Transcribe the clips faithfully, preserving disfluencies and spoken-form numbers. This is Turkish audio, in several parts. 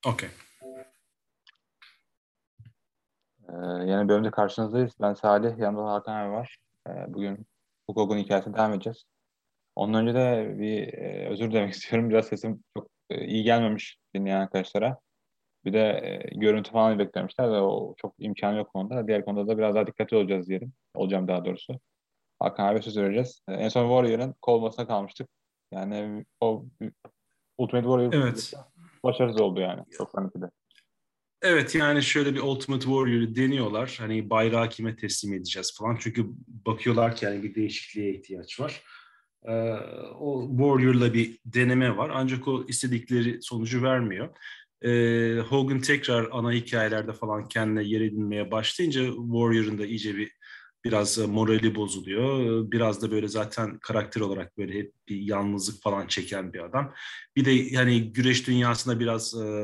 Okey. Ee, yeni bölümde karşınızdayız. Ben Salih, yanımda Hakan abi var. Ee, bugün Hulk Hogan hikayesine devam edeceğiz. Ondan önce de bir e, özür dilemek istiyorum. Biraz sesim çok e, iyi gelmemiş dinleyen arkadaşlara. Bir de e, görüntü falan beklemişler ve o çok imkanı yok onda. Diğer konuda da biraz daha dikkatli olacağız diyelim. Olacağım daha doğrusu. Hakan abi söz vereceğiz. Ee, en son Warrior'ın kovmasına kalmıştık. Yani o Ultimate Warrior Evet. başarısız oldu yani. doksan ikide. Evet, yani şöyle bir Ultimate Warrior'ı deniyorlar. Hani bayrağı kime teslim edeceğiz falan. Çünkü bakıyorlar ki yani bir değişikliğe ihtiyaç var. Ee, o Warrior'la bir deneme var. Ancak o istedikleri sonucu vermiyor. Ee, Hogan tekrar ana hikayelerde falan kendine yer edinmeye başlayınca Warrior'ın da iyice bir biraz e, morali bozuluyor. Biraz da böyle zaten karakter olarak böyle hep bir yalnızlık falan çeken bir adam. Bir de yani güreş dünyasında biraz e,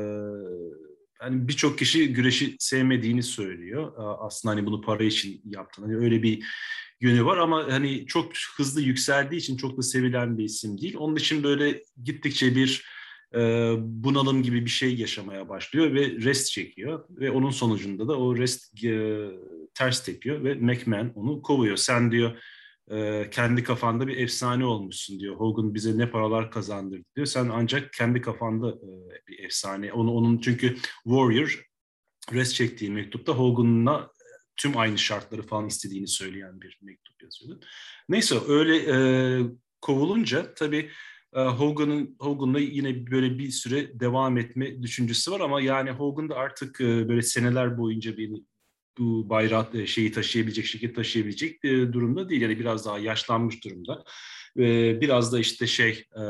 hani birçok kişi güreşi sevmediğini söylüyor. Aslında hani bunu para için yaptığını. Hani öyle bir yönü var ama hani çok hızlı yükseldiği için çok da sevilen bir isim değil. Onun için böyle gittikçe bir e, bunalım gibi bir şey yaşamaya başlıyor ve rest çekiyor. Ve onun sonucunda da o rest e, ters tepiyor ve McMahon onu kovuyor. Sen diyor e, kendi kafanda bir efsane olmuşsun diyor. Hogan bize ne paralar kazandırdı diyor. Sen ancak kendi kafanda e, bir efsane. Onu onun çünkü Warrior rest çektiği mektupta Hogan'la tüm aynı şartları falan istediğini söyleyen bir mektup yazıyordu. Neyse öyle e, kovulunca tabii e, Hogan'ın Hogan'la yine böyle bir süre devam etme düşüncesi var ama yani Hogan da artık e, böyle seneler boyunca bir bu bayrağı e, şeyi taşıyabilecek, şirket taşıyabilecek e, durumda değil. Yani biraz daha yaşlanmış durumda. E, biraz da işte şey e,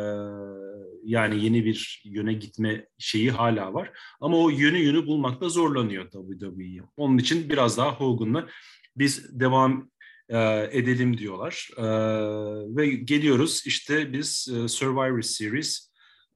yani yeni bir yöne gitme şeyi hala var. Ama o yönü yönü bulmakta zorlanıyor W W E. Onun için biraz daha Hogan'la biz devam e, edelim diyorlar. E, ve geliyoruz işte biz e, Survivor Series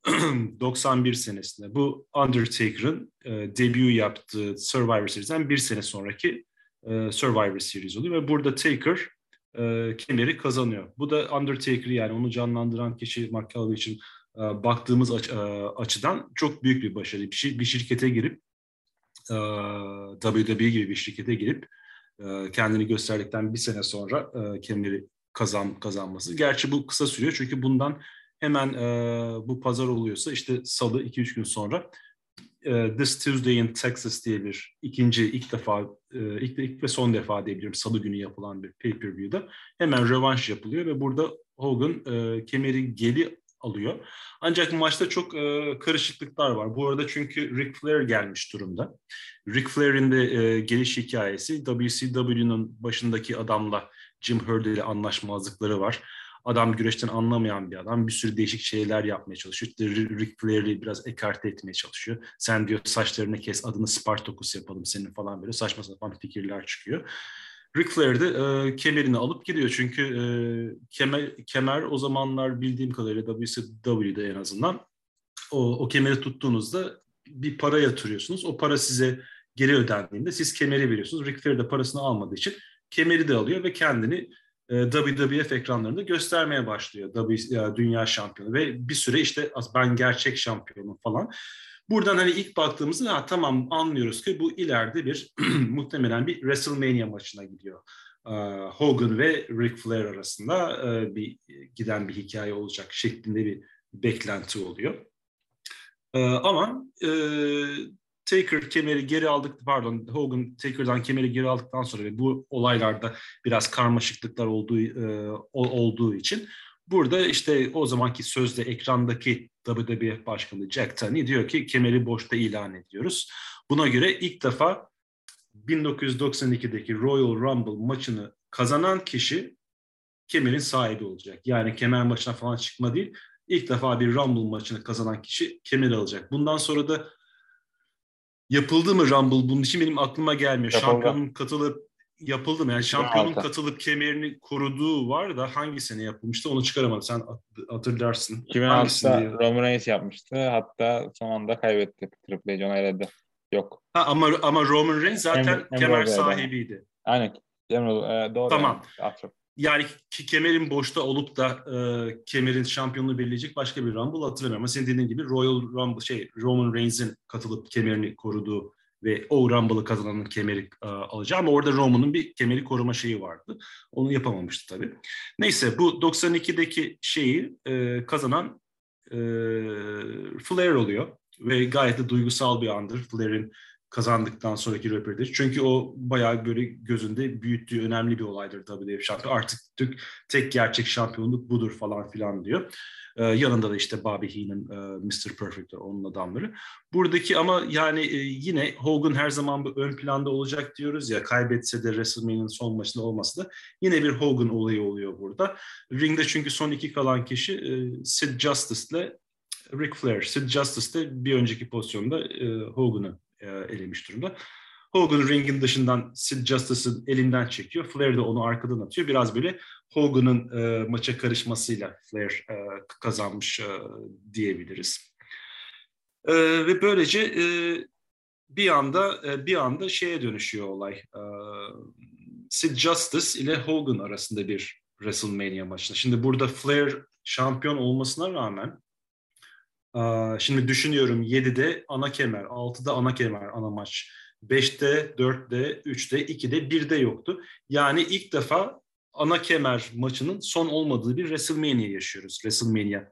doksan bir senesinde bu Undertaker'ın e, debut yaptığı Survivor Series'den bir sene sonraki e, Survivor Series oluyor ve burada Taker e, kemeri kazanıyor. Bu da Undertaker yani onu canlandıran kişi Mark Calaway için e, baktığımız aç, e, açıdan çok büyük bir başarı. Bir, şey, bir şirkete girip e, W W E gibi bir şirkete girip e, kendini gösterdikten bir sene sonra e, kemeri kazan kazanması. Gerçi bu kısa sürüyor çünkü bundan hemen e, bu pazar oluyorsa işte salı iki üç gün sonra e, This Tuesday in Texas diye bir ikinci ilk defa e, ilk, ilk ve son defa diyebilirim salı günü yapılan bir pay-per-view'da hemen rövanş yapılıyor ve burada Hogan e, kemeri geri alıyor. Ancak maçta çok e, karışıklıklar var. Bu arada çünkü Ric Flair gelmiş durumda. Ric Flair'in de e, geliş hikayesi W C W'nun başındaki adamla Jim Herd ile anlaşmazlıkları var. Adam güreşten anlamayan bir adam. Bir sürü değişik şeyler yapmaya çalışıyor. İşte Ric Flair'i biraz ekarte etmeye çalışıyor. Sen diyor saçlarını kes, adını Spartacus yapalım senin falan böyle saçma sapan fikirler çıkıyor. Ric Flair de e, kemerini alıp gidiyor. Çünkü e, kemer, kemer o zamanlar bildiğim kadarıyla W C W'de en azından o, o kemeri tuttuğunuzda bir para yatırıyorsunuz. O para size geri ödendiğinde siz kemeri veriyorsunuz. Ric Flair de parasını almadığı için kemeri de alıyor ve kendini e, W W F ekranlarında göstermeye başlıyor. W, e, Dünya şampiyonu ve bir süre işte ben gerçek şampiyonum falan. Buradan hani ilk baktığımızda ha, tamam anlıyoruz ki bu ileride bir muhtemelen bir WrestleMania maçına gidiyor. E, Hogan ve Ric Flair arasında e, bir giden bir hikaye olacak şeklinde bir beklenti oluyor. Ee, ama e, Taker kemeri geri aldık, pardon Hogan Taker'dan kemeri geri aldıktan sonra ve bu olaylarda biraz karmaşıklıklar olduğu e, olduğu için burada işte o zamanki sözde ekrandaki W W F Başkanı Jack Tunney diyor ki kemeri boşta ilan ediyoruz. Buna göre ilk defa bin dokuz yüz doksan ikideki Royal Rumble maçını kazanan kişi kemerin sahibi olacak. Yani kemer maçına falan çıkma değil. İlk defa bir Rumble maçını kazanan kişi kemeri alacak. Bundan sonra da yapıldı mı Rumble? Bunun için benim aklıma gelmiyor. Yapıldı. Şampiyonun katılıp yapıldı mı? Yani şampiyonun iki bin altı. katılıp kemerini koruduğu var da hangi sene yapılmıştı onu çıkaramadım. Sen hatırlarsın. iki bin altıda Hangisinde? Roman Reigns yapmıştı. Hatta son anda kaybetti. Triple H onayladı. Yok. Ha, ama ama Roman Reigns Emre, zaten kemer Emre ama. sahibiydi. Aynen. Emre, e, doğru yani. Tamam. Atıyorum. yani ki kemerin boşta olup da e, kemerin şampiyonluğu belirleyecek başka bir Rumble hatırlamıyorum. Ama senin dediğin gibi Royal Rumble şey Roman Reigns'in katılıp kemerini koruduğu ve o Rumble'ı kazananın kemeri e, alacağı ama orada Roman'ın bir kemeri koruma şeyi vardı. Onu yapamamıştı tabii. Neyse bu doksan ikideki şeyi e, kazanan e, Flair oluyor ve gayet de duygusal bir andır Flair'in kazandıktan sonraki röportaj. Çünkü o bayağı böyle gözünde büyüttüğü önemli bir olaydır W W F şampiyonu. Artık tek gerçek şampiyonluk budur falan filan diyor. Ee, yanında da işte Bobby Heenan, e, mister Perfect onun adamları. Buradaki ama yani e, yine Hogan her zaman bu ön planda olacak diyoruz ya. Kaybetse de WrestleMania'nın son maçında olması da yine bir Hogan olayı oluyor burada. Ringde çünkü son iki kalan kişi e, Sid Justice ile Ric Flair. Sid Justice de bir önceki pozisyonda e, Hogan'ı e, elemiş durumda. Hogan ringin dışından Sid Justice'ın elinden çekiyor. Flair de onu arkadan atıyor. Biraz böyle Hogan'ın e, maça karışmasıyla Flair e, kazanmış e, diyebiliriz. E, ve böylece e, bir anda e, bir anda şeye dönüşüyor olay. E, Sid Justice ile Hogan arasında bir WrestleMania maçında. Şimdi burada Flair şampiyon olmasına rağmen şimdi düşünüyorum yedide ana kemer, altıda ana kemer ana maç, beşte, dörtte, üçte, ikide, birde yoktu. Yani ilk defa ana kemer maçının son olmadığı bir WrestleMania yaşıyoruz. WrestleMania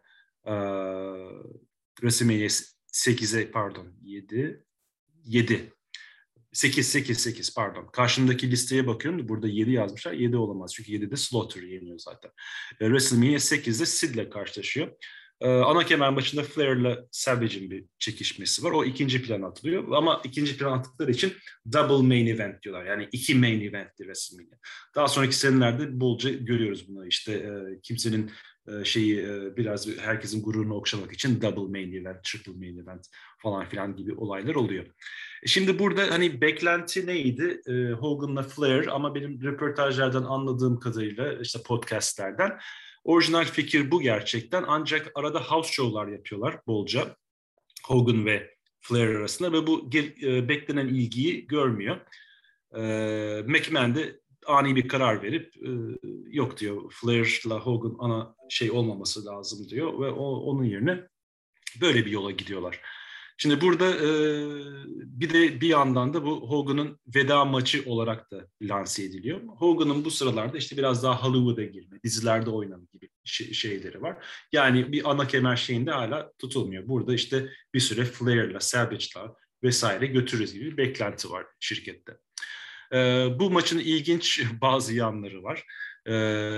WrestleMania sekize pardon yedi yedi sekiz sekiz sekiz pardon. Karşımdaki listeye bakıyorum da burada yedi yazmışlar. yedi olamaz. Çünkü yedide Slaughter yeniyor zaten. WrestleMania sekizde Sid'le karşılaşıyor. Ee, ana kemer maçında Flair'la Savage'in bir çekişmesi var. O ikinci plana atılıyor. Ama ikinci plan attıkları için double main event diyorlar. Yani iki main event'ti WrestleMania. Daha sonraki senelerde bolca görüyoruz bunu. İşte e, kimsenin e, şeyi e, biraz herkesin gururunu okşamak için double main event, triple main event falan filan gibi olaylar oluyor. Şimdi burada hani beklenti neydi? E, Hogan'la Flair ama benim röportajlardan anladığım kadarıyla işte podcastlerden orijinal fikir bu gerçekten ancak arada house show'lar yapıyorlar bolca Hogan ve Flair arasında ve bu e, beklenen ilgiyi görmüyor. E, McMahon de ani bir karar verip e, yok diyor Flair'la Hogan ana şey olmaması lazım diyor ve o, onun yerine böyle bir yola gidiyorlar. Şimdi burada e, bir de bir yandan da bu Hogan'ın veda maçı olarak da lanse ediliyor. Hogan'ın bu sıralarda işte biraz daha Hollywood'a girme, dizilerde oynama gibi şey, şeyleri var. Yani bir ana kemer şeyinde hala tutulmuyor. Burada işte bir süre Flair'la, Savage'la vesaire götürürüz gibi bir beklenti var şirkette. E, bu maçın ilginç bazı yanları var. E,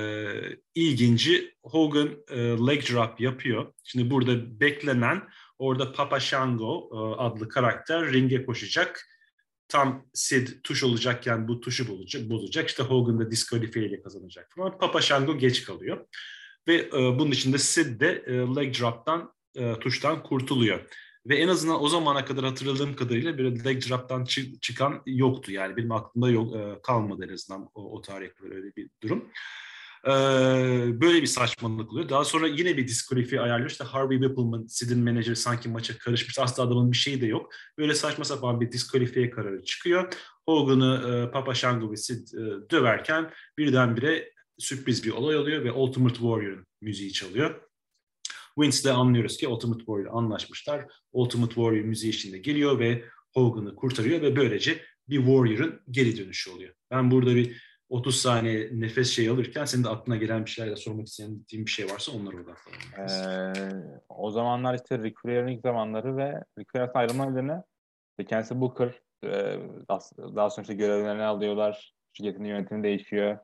ilginci Hogan e, leg drop yapıyor. Şimdi burada beklenen orada Papa Shango e, adlı karakter ringe koşacak. Tam Sid tuş olacakken bu tuşu bozacak. bozacak. İşte Hogan da diskalifiye ile kazanacak falan. Papa Shango geç kalıyor. Ve e, bunun içinde Sid de e, leg drop'tan e, tuştan kurtuluyor. Ve en azından o zamana kadar hatırladığım kadarıyla bir leg drop'tan çı- çıkan yoktu. Yani benim aklımda yok, e, kalmadı en azından o, o tarihte böyle bir durum. E, böyle bir saçmalık oluyor. Daha sonra yine bir diskalifiye ayarlıyor. İşte Harvey Whippleman, Sid'in menajeri sanki maça karışmış. Aslında adamın bir şeyi de yok. Böyle saçma sapan bir diskalifiye kararı çıkıyor. Hogan'ı e, Papa Shango ve Sid e, döverken birdenbire sürpriz bir olay oluyor ve Ultimate Warrior'ın müziği çalıyor. Vince de anlıyoruz ki Ultimate Warrior anlaşmışlar. Ultimate Warrior müziği içinde geliyor ve Hogan'ı kurtarıyor ve böylece bir Warrior'ın geri dönüşü oluyor. Ben burada bir otuz saniye nefes şey alırken senin de aklına gelen bir şeyler de sormak istediğin bir şey varsa onlara odaklanabiliriz. Ee, o zamanlar işte Ric Flair'in ilk zamanları ve Ric Flair'in ayrılma nedeni işte kendisi Booker, e, daha sonra işte görevlerini alıyorlar. Şirketin yönetimi değişiyor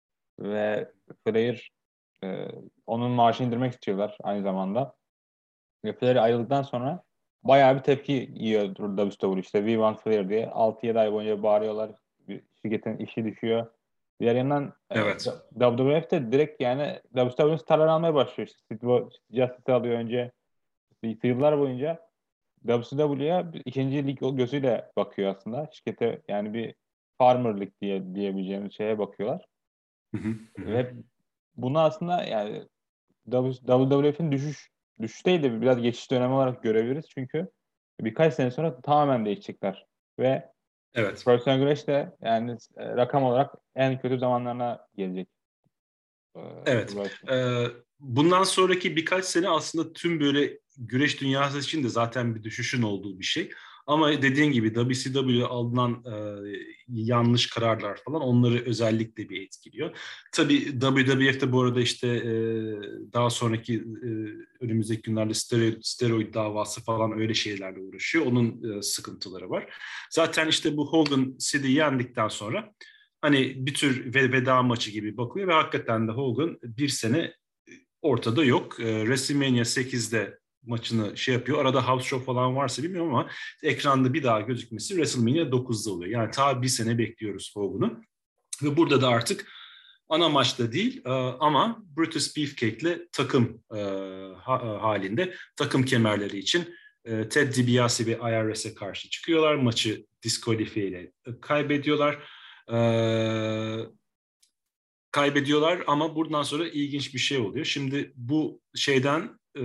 ve Flair e, onun maaşını indirmek istiyorlar aynı zamanda. Ve Flair ayrıldıktan sonra bayağı bir tepki yiyor W W E işte We Want Flair diye altı yedi ay boyunca bağırıyorlar. Şirketin işi düşüyor. Diğer yandan e, Evet. W W F de direkt yani W W E'nin starlarını almaya başlıyor. İşte Steve Justice alıyor önce. İşte yıllar boyunca W C W'ye ikinci lig gözüyle bakıyor aslında. Şirkete yani bir farmer lig diye diyebileceğimiz şeye bakıyorlar. Hı hı, hı. Ve bunu aslında yani W W F'in düşüş düşüş değil de biraz geçiş dönemi olarak görebiliriz. Çünkü birkaç sene sonra tamamen değişecekler. Ve Evet. Personal Güreş de yani e, rakam olarak en kötü zamanlarına gelecek. E, Evet. E, bundan sonraki birkaç sene aslında tüm böyle güreş dünyası için de zaten bir düşüşün olduğu bir şey. Ama dediğin gibi W C W'ye alınan e, yanlış kararlar falan onları özellikle bir etkiliyor. Tabii W W F'de bu arada işte e, daha sonraki e, önümüzdeki günlerde steroid, steroid davası falan öyle şeylerle uğraşıyor. Onun e, sıkıntıları var. Zaten işte bu Hogan Sid'i yendikten sonra hani bir tür veda maçı gibi bakıyor ve hakikaten de Hogan bir sene ortada yok. E, WrestleMania sekizde maçını şey yapıyor. Arada house show falan varsa bilmiyorum ama ekranda bir daha gözükmesi WrestleMania dokuzda oluyor. Yani ta bir sene bekliyoruz Hogan'ı. Ve burada da artık ana maçta değil ama Brutus Beefcake'le takım halinde takım kemerleri için Ted DiBiase ve I R S'e karşı çıkıyorlar. Maçı diskalifiye ile kaybediyorlar. Kaybediyorlar ama buradan sonra ilginç bir şey oluyor. Şimdi bu şeyden e,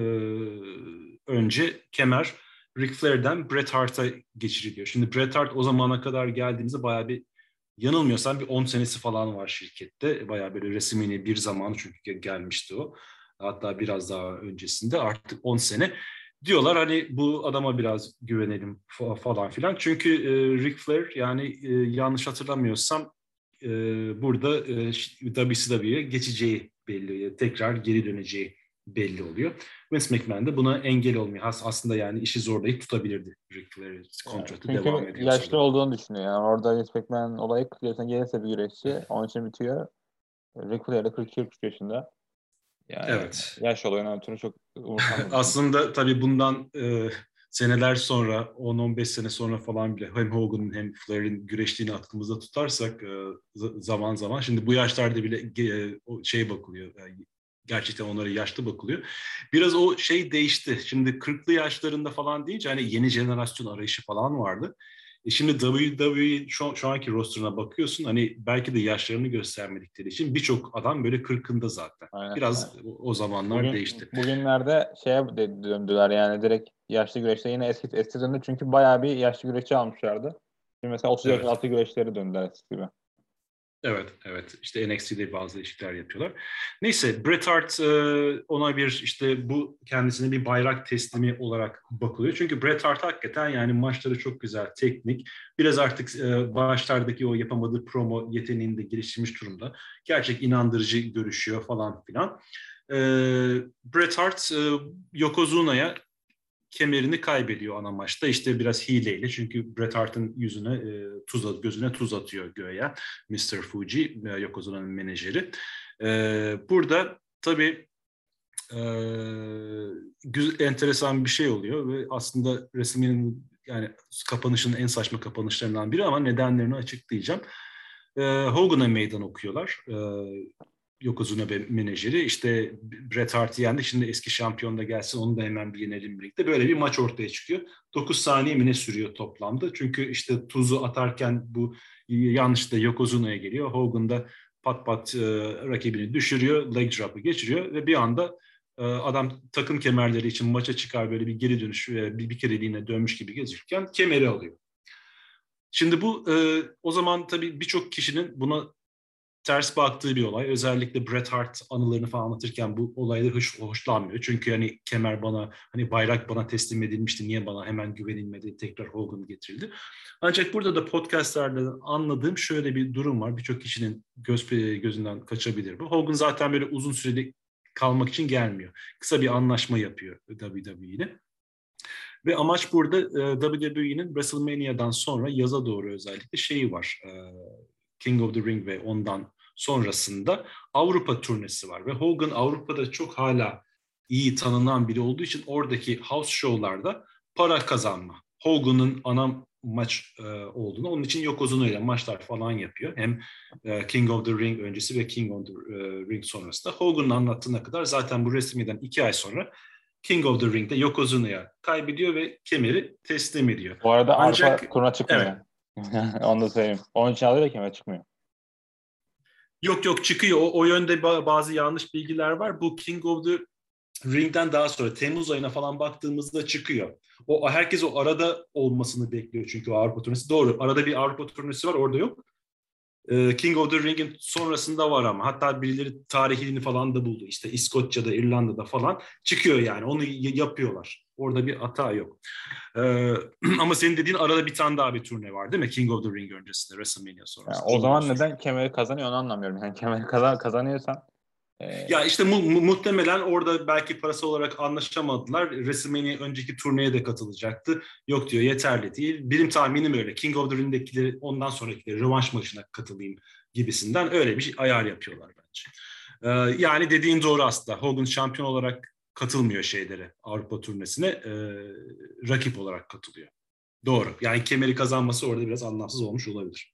önce kemer Ric Flair'den Bret Hart'a geçiriliyor. Şimdi Bret Hart o zamana kadar geldiğimizde bayağı bir yanılmıyorsam bir on senesi falan var şirkette. Bayağı böyle WrestleMania bir zamanı çünkü gelmişti o. Hatta biraz daha öncesinde artık on sene. Diyorlar hani bu adama biraz güvenelim falan filan. Çünkü e, Ric Flair yani e, yanlış hatırlamıyorsam e, burada e, W C W'ye geçeceği belli. Tekrar geri döneceği belli oluyor. Vince McMahon da buna engel olmuyor. As- aslında yani işi zorlayıp tutabilirdi Ric Flair'in kontratı Çünkü devam ediyorsa yaşlı da. olduğunu düşünüyor. Yani orada Vince McMahon olayı kırk yaşına gelirse bir güreşçi onun için bitiyor. Ric Flair de kırk iki kırk üç yaşında. Yani Evet. yaş olayını ötürü çok umursamıyor. Aslında tabii bundan e, seneler sonra, on on beş sene sonra falan bile hem Hogan'ın hem Flair'in güreştiğini aklımızda tutarsak e, zaman zaman. Şimdi bu yaşlarda bile e, o şey bakılıyor. Yani gerçekten onlara yaşlı bakılıyor. Biraz o şey değişti. Şimdi kırklı yaşlarında falan deyince hani yeni jenerasyon arayışı falan vardı. E şimdi W W E şu, şu anki rosterına bakıyorsun hani belki de yaşlarını göstermedikleri için birçok adam böyle kırkında zaten. Aynen. Yani Biraz o, o zamanlar bugün değişti. bugünlerde şeye de döndüler yani direkt yaşlı güreşte yine eski eski döndü çünkü bayağı bir yaşlı güreşçi almışlardı. Şimdi mesela otuz yaş Evet. altı güreşleri döndüler eski gibi. Evet, evet. İşte N X T'de bazı değişiklikler yapıyorlar. Neyse, Bret Hart e, ona bir işte bu kendisine bir bayrak teslimi olarak bakılıyor. Çünkü Bret Hart hakikaten yani maçları çok güzel, teknik. Biraz artık e, başlardaki o yapamadığı promo yeteneğini de geliştirmiş durumda. Gerçek inandırıcı görüşüyor falan filan. E, Bret Hart e, Yokozuna'ya kemerini kaybediyor ana maçta. İşte biraz hileyle çünkü Bret Hart'ın yüzüne e, tuz gözüne tuz atıyor göğe mister Fuji, e, Yokozuna'nın menajeri. E, burada tabii e, güzel, enteresan bir şey oluyor ve aslında resminin yani kapanışının en saçma kapanışlarından biri ama nedenlerini açıklayacağım. E, Hogan'a meydan okuyorlar. E, Yokozuna menajeri işte Bret Hart'ı yendi. Şimdi eski şampiyon da gelsin onu da hemen bir yenelim birlikte. Böyle bir maç ortaya çıkıyor. dokuz saniye mi ne sürüyor toplamda. Çünkü işte tuzu atarken bu yanlışlıkla Yokozuna'ya geliyor. Hogan da pat pat e, rakibini düşürüyor. Leg drop'ı geçiriyor ve bir anda e, adam takım kemerleri için maça çıkar böyle bir geri dönüş e, bir, bir kereliğine dönmüş gibi gözükürken kemeri alıyor. Şimdi bu e, o zaman tabii birçok kişinin buna ters baktığı bir olay. Özellikle Bret Hart anılarını falan anlatırken bu olayları hiç hoşlanmıyor. Çünkü hani kemer bana, hani bayrak bana teslim edilmişti. Niye bana hemen güvenilmedi? Tekrar Hogan getirildi. Ancak burada da podcastlerde anladığım şöyle bir durum var. Birçok kişinin göz, gözünden kaçabilir bu. Hogan zaten böyle uzun süreli kalmak için gelmiyor. Kısa bir anlaşma yapıyor W W E ile. Ve amaç burada e, W W E'nin WrestleMania'dan sonra yaza doğru özellikle şeyi var. E, King of the Ring ve ondan sonrasında Avrupa turnesi var. Ve Hogan Avrupa'da çok hala iyi tanınan biri olduğu için oradaki house show'larda para kazanma. Hogan'ın ana maç e, olduğunu, onun için Yokozuna ile maçlar falan yapıyor. Hem e, King of the Ring öncesi ve King of the e, Ring sonrasında. Hogan'ın anlattığına kadar zaten bu resmiden iki ay sonra King of the Ring'de Yokozuna'ya kaybediyor ve kemeri teslim ediyor. Bu arada Ancak Avrupa turuna evet, çıkmıyor. Onu da söyleyeyim. Onun için alıyor kemer çıkmıyor. yok yok çıkıyor. O, o yönde bazı yanlış bilgiler var. Bu King of the Ring'den daha sonra Temmuz ayına falan baktığımızda çıkıyor. O herkes o arada olmasını bekliyor çünkü o Avrupa turnesi. Doğru. Arada bir Avrupa turnesi var, orada yok. King of the Ring'in sonrasında var ama hatta birileri tarihini falan da buldu. İşte İskoçya'da, İrlanda'da falan çıkıyor yani. Onu yapıyorlar. Orada bir hata yok. Ee, ama senin dediğin arada bir tane daha bir turne var değil mi? King of the Ring öncesinde, WrestleMania Yani sonrasında. o Çok zaman uzun. neden kemeri kazanıyor onu anlamıyorum. Yani kemeri kazan kazanıyorsan e, Ya işte mu- mu- muhtemelen orada belki parası olarak anlaşamadılar. WrestleMania önceki turneye de katılacaktı. Yok diyor, yeterli değil. Benim tahminim öyle. King of the Ring'dekileri ondan sonrakileri rövanş maçına katılayım gibisinden öyle bir ayar yapıyorlar bence. Ee, yani dediğin doğru aslında. Hogan şampiyon olarak katılmıyor şeylere, Avrupa turnesine. Ee, rakip olarak katılıyor. Doğru. Yani kemeri kazanması orada biraz anlamsız olmuş olabilir.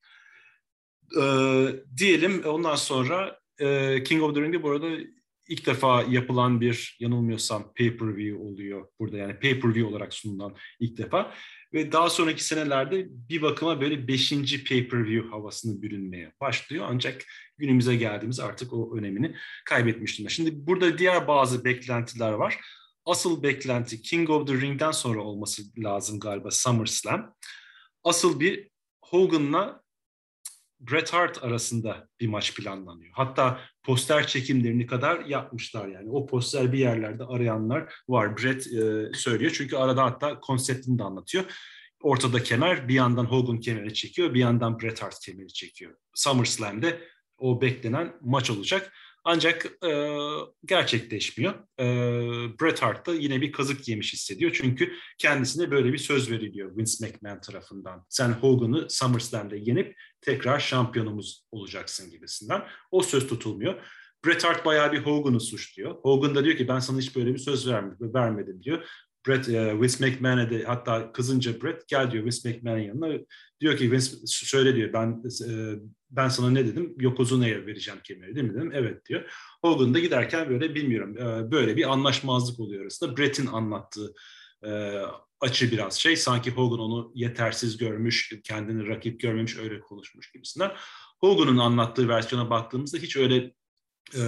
Ee, diyelim ondan sonra e, King of the Ring'de bu arada ilk defa yapılan bir, yanılmıyorsam, pay-per-view oluyor burada. Yani pay-per-view olarak sunulan ilk defa. Ve daha sonraki senelerde bir bakıma böyle beşinci pay-per-view havasını bürünmeye başlıyor. Ancak günümüze geldiğimiz artık o önemini kaybetmiş durumda. Şimdi burada diğer bazı beklentiler var. Asıl beklenti King of the Ring'den sonra olması lazım galiba, SummerSlam. Asıl bir Hogan'la Bret Hart arasında bir maç planlanıyor. Hatta poster çekimlerini kadar yapmışlar yani. O poster bir yerlerde arayanlar var. Bret e, söylüyor çünkü arada hatta konseptini de anlatıyor. Ortada kemer, bir yandan Hogan kemeri çekiyor, bir yandan Bret Hart kemeri çekiyor. SummerSlam'de o beklenen maç olacak. Ancak e, gerçekleşmiyor. E, Bret Hart da yine bir kazık yemiş hissediyor. Çünkü kendisine böyle bir söz veriliyor Vince McMahon tarafından. Sen Hogan'ı SummerSlam'de yenip tekrar şampiyonumuz olacaksın gibisinden. O söz tutulmuyor. Bret Hart bayağı bir Hogan'ı suçluyor. Hogan da diyor ki ben sana hiç böyle bir söz vermedim diyor. Bret, e, Vince McMahon'e de hatta kızınca Bret gel diyor Vince McMahon'ın yanına. Diyor ki Vince şöyle diyor, ben e, ben sana ne dedim? Yokozuna'ya vereceğim kemeri değil mi dedim. Evet diyor. Hogan da giderken böyle bilmiyorum e, böyle bir anlaşmazlık oluyor arasında. Bret'in anlattığı e, açı biraz şey. Sanki Hogan onu yetersiz görmüş, kendini rakip görmemiş, öyle konuşmuş gibisinden. Hogan'ın anlattığı versiyona baktığımızda hiç öyle e,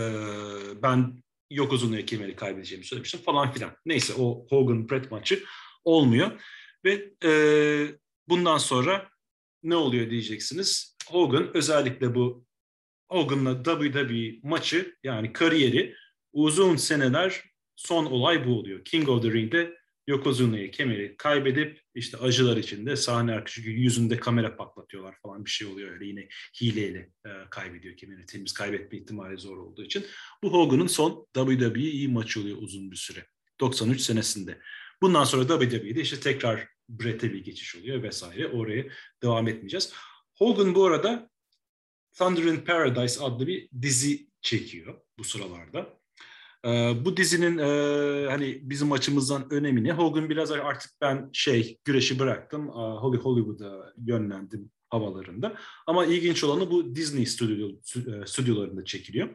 ben Yokozuna'ya kemeri kaybedeceğimi söylemiştim falan filan. Neyse o Hogan-Bret maçı olmuyor. Ve e, bundan sonra ne oluyor diyeceksiniz. Hogan özellikle bu Hogan'la W W E maçı, yani kariyeri uzun seneler son olay bu oluyor. King of the Ring'de Yokozuna'ya kemeri kaybedip işte acılar içinde sahne arkası yüzünde kamera patlatıyorlar falan, bir şey oluyor öyle, yine hileyle e, kaybediyor kemeri. Temiz kaybetme ihtimali zor olduğu için. Bu Hogan'ın son W W E maçı oluyor uzun bir süre. doksan üç senesinde. Bundan sonra W W E'de işte tekrar Bret'e bir geçiş oluyor vesaire. Oraya devam etmeyeceğiz. Hogan bu arada Thunder in Paradise adlı bir dizi çekiyor bu sıralarda. Ee, bu dizinin e, hani bizim açımızdan önemi ne? Hogan biraz artık ben şey güreşi bıraktım, Holly Hollywood'a yönlendim havalarında. Ama ilginç olanı bu Disney stüdyo, stüdyolarında çekiliyor.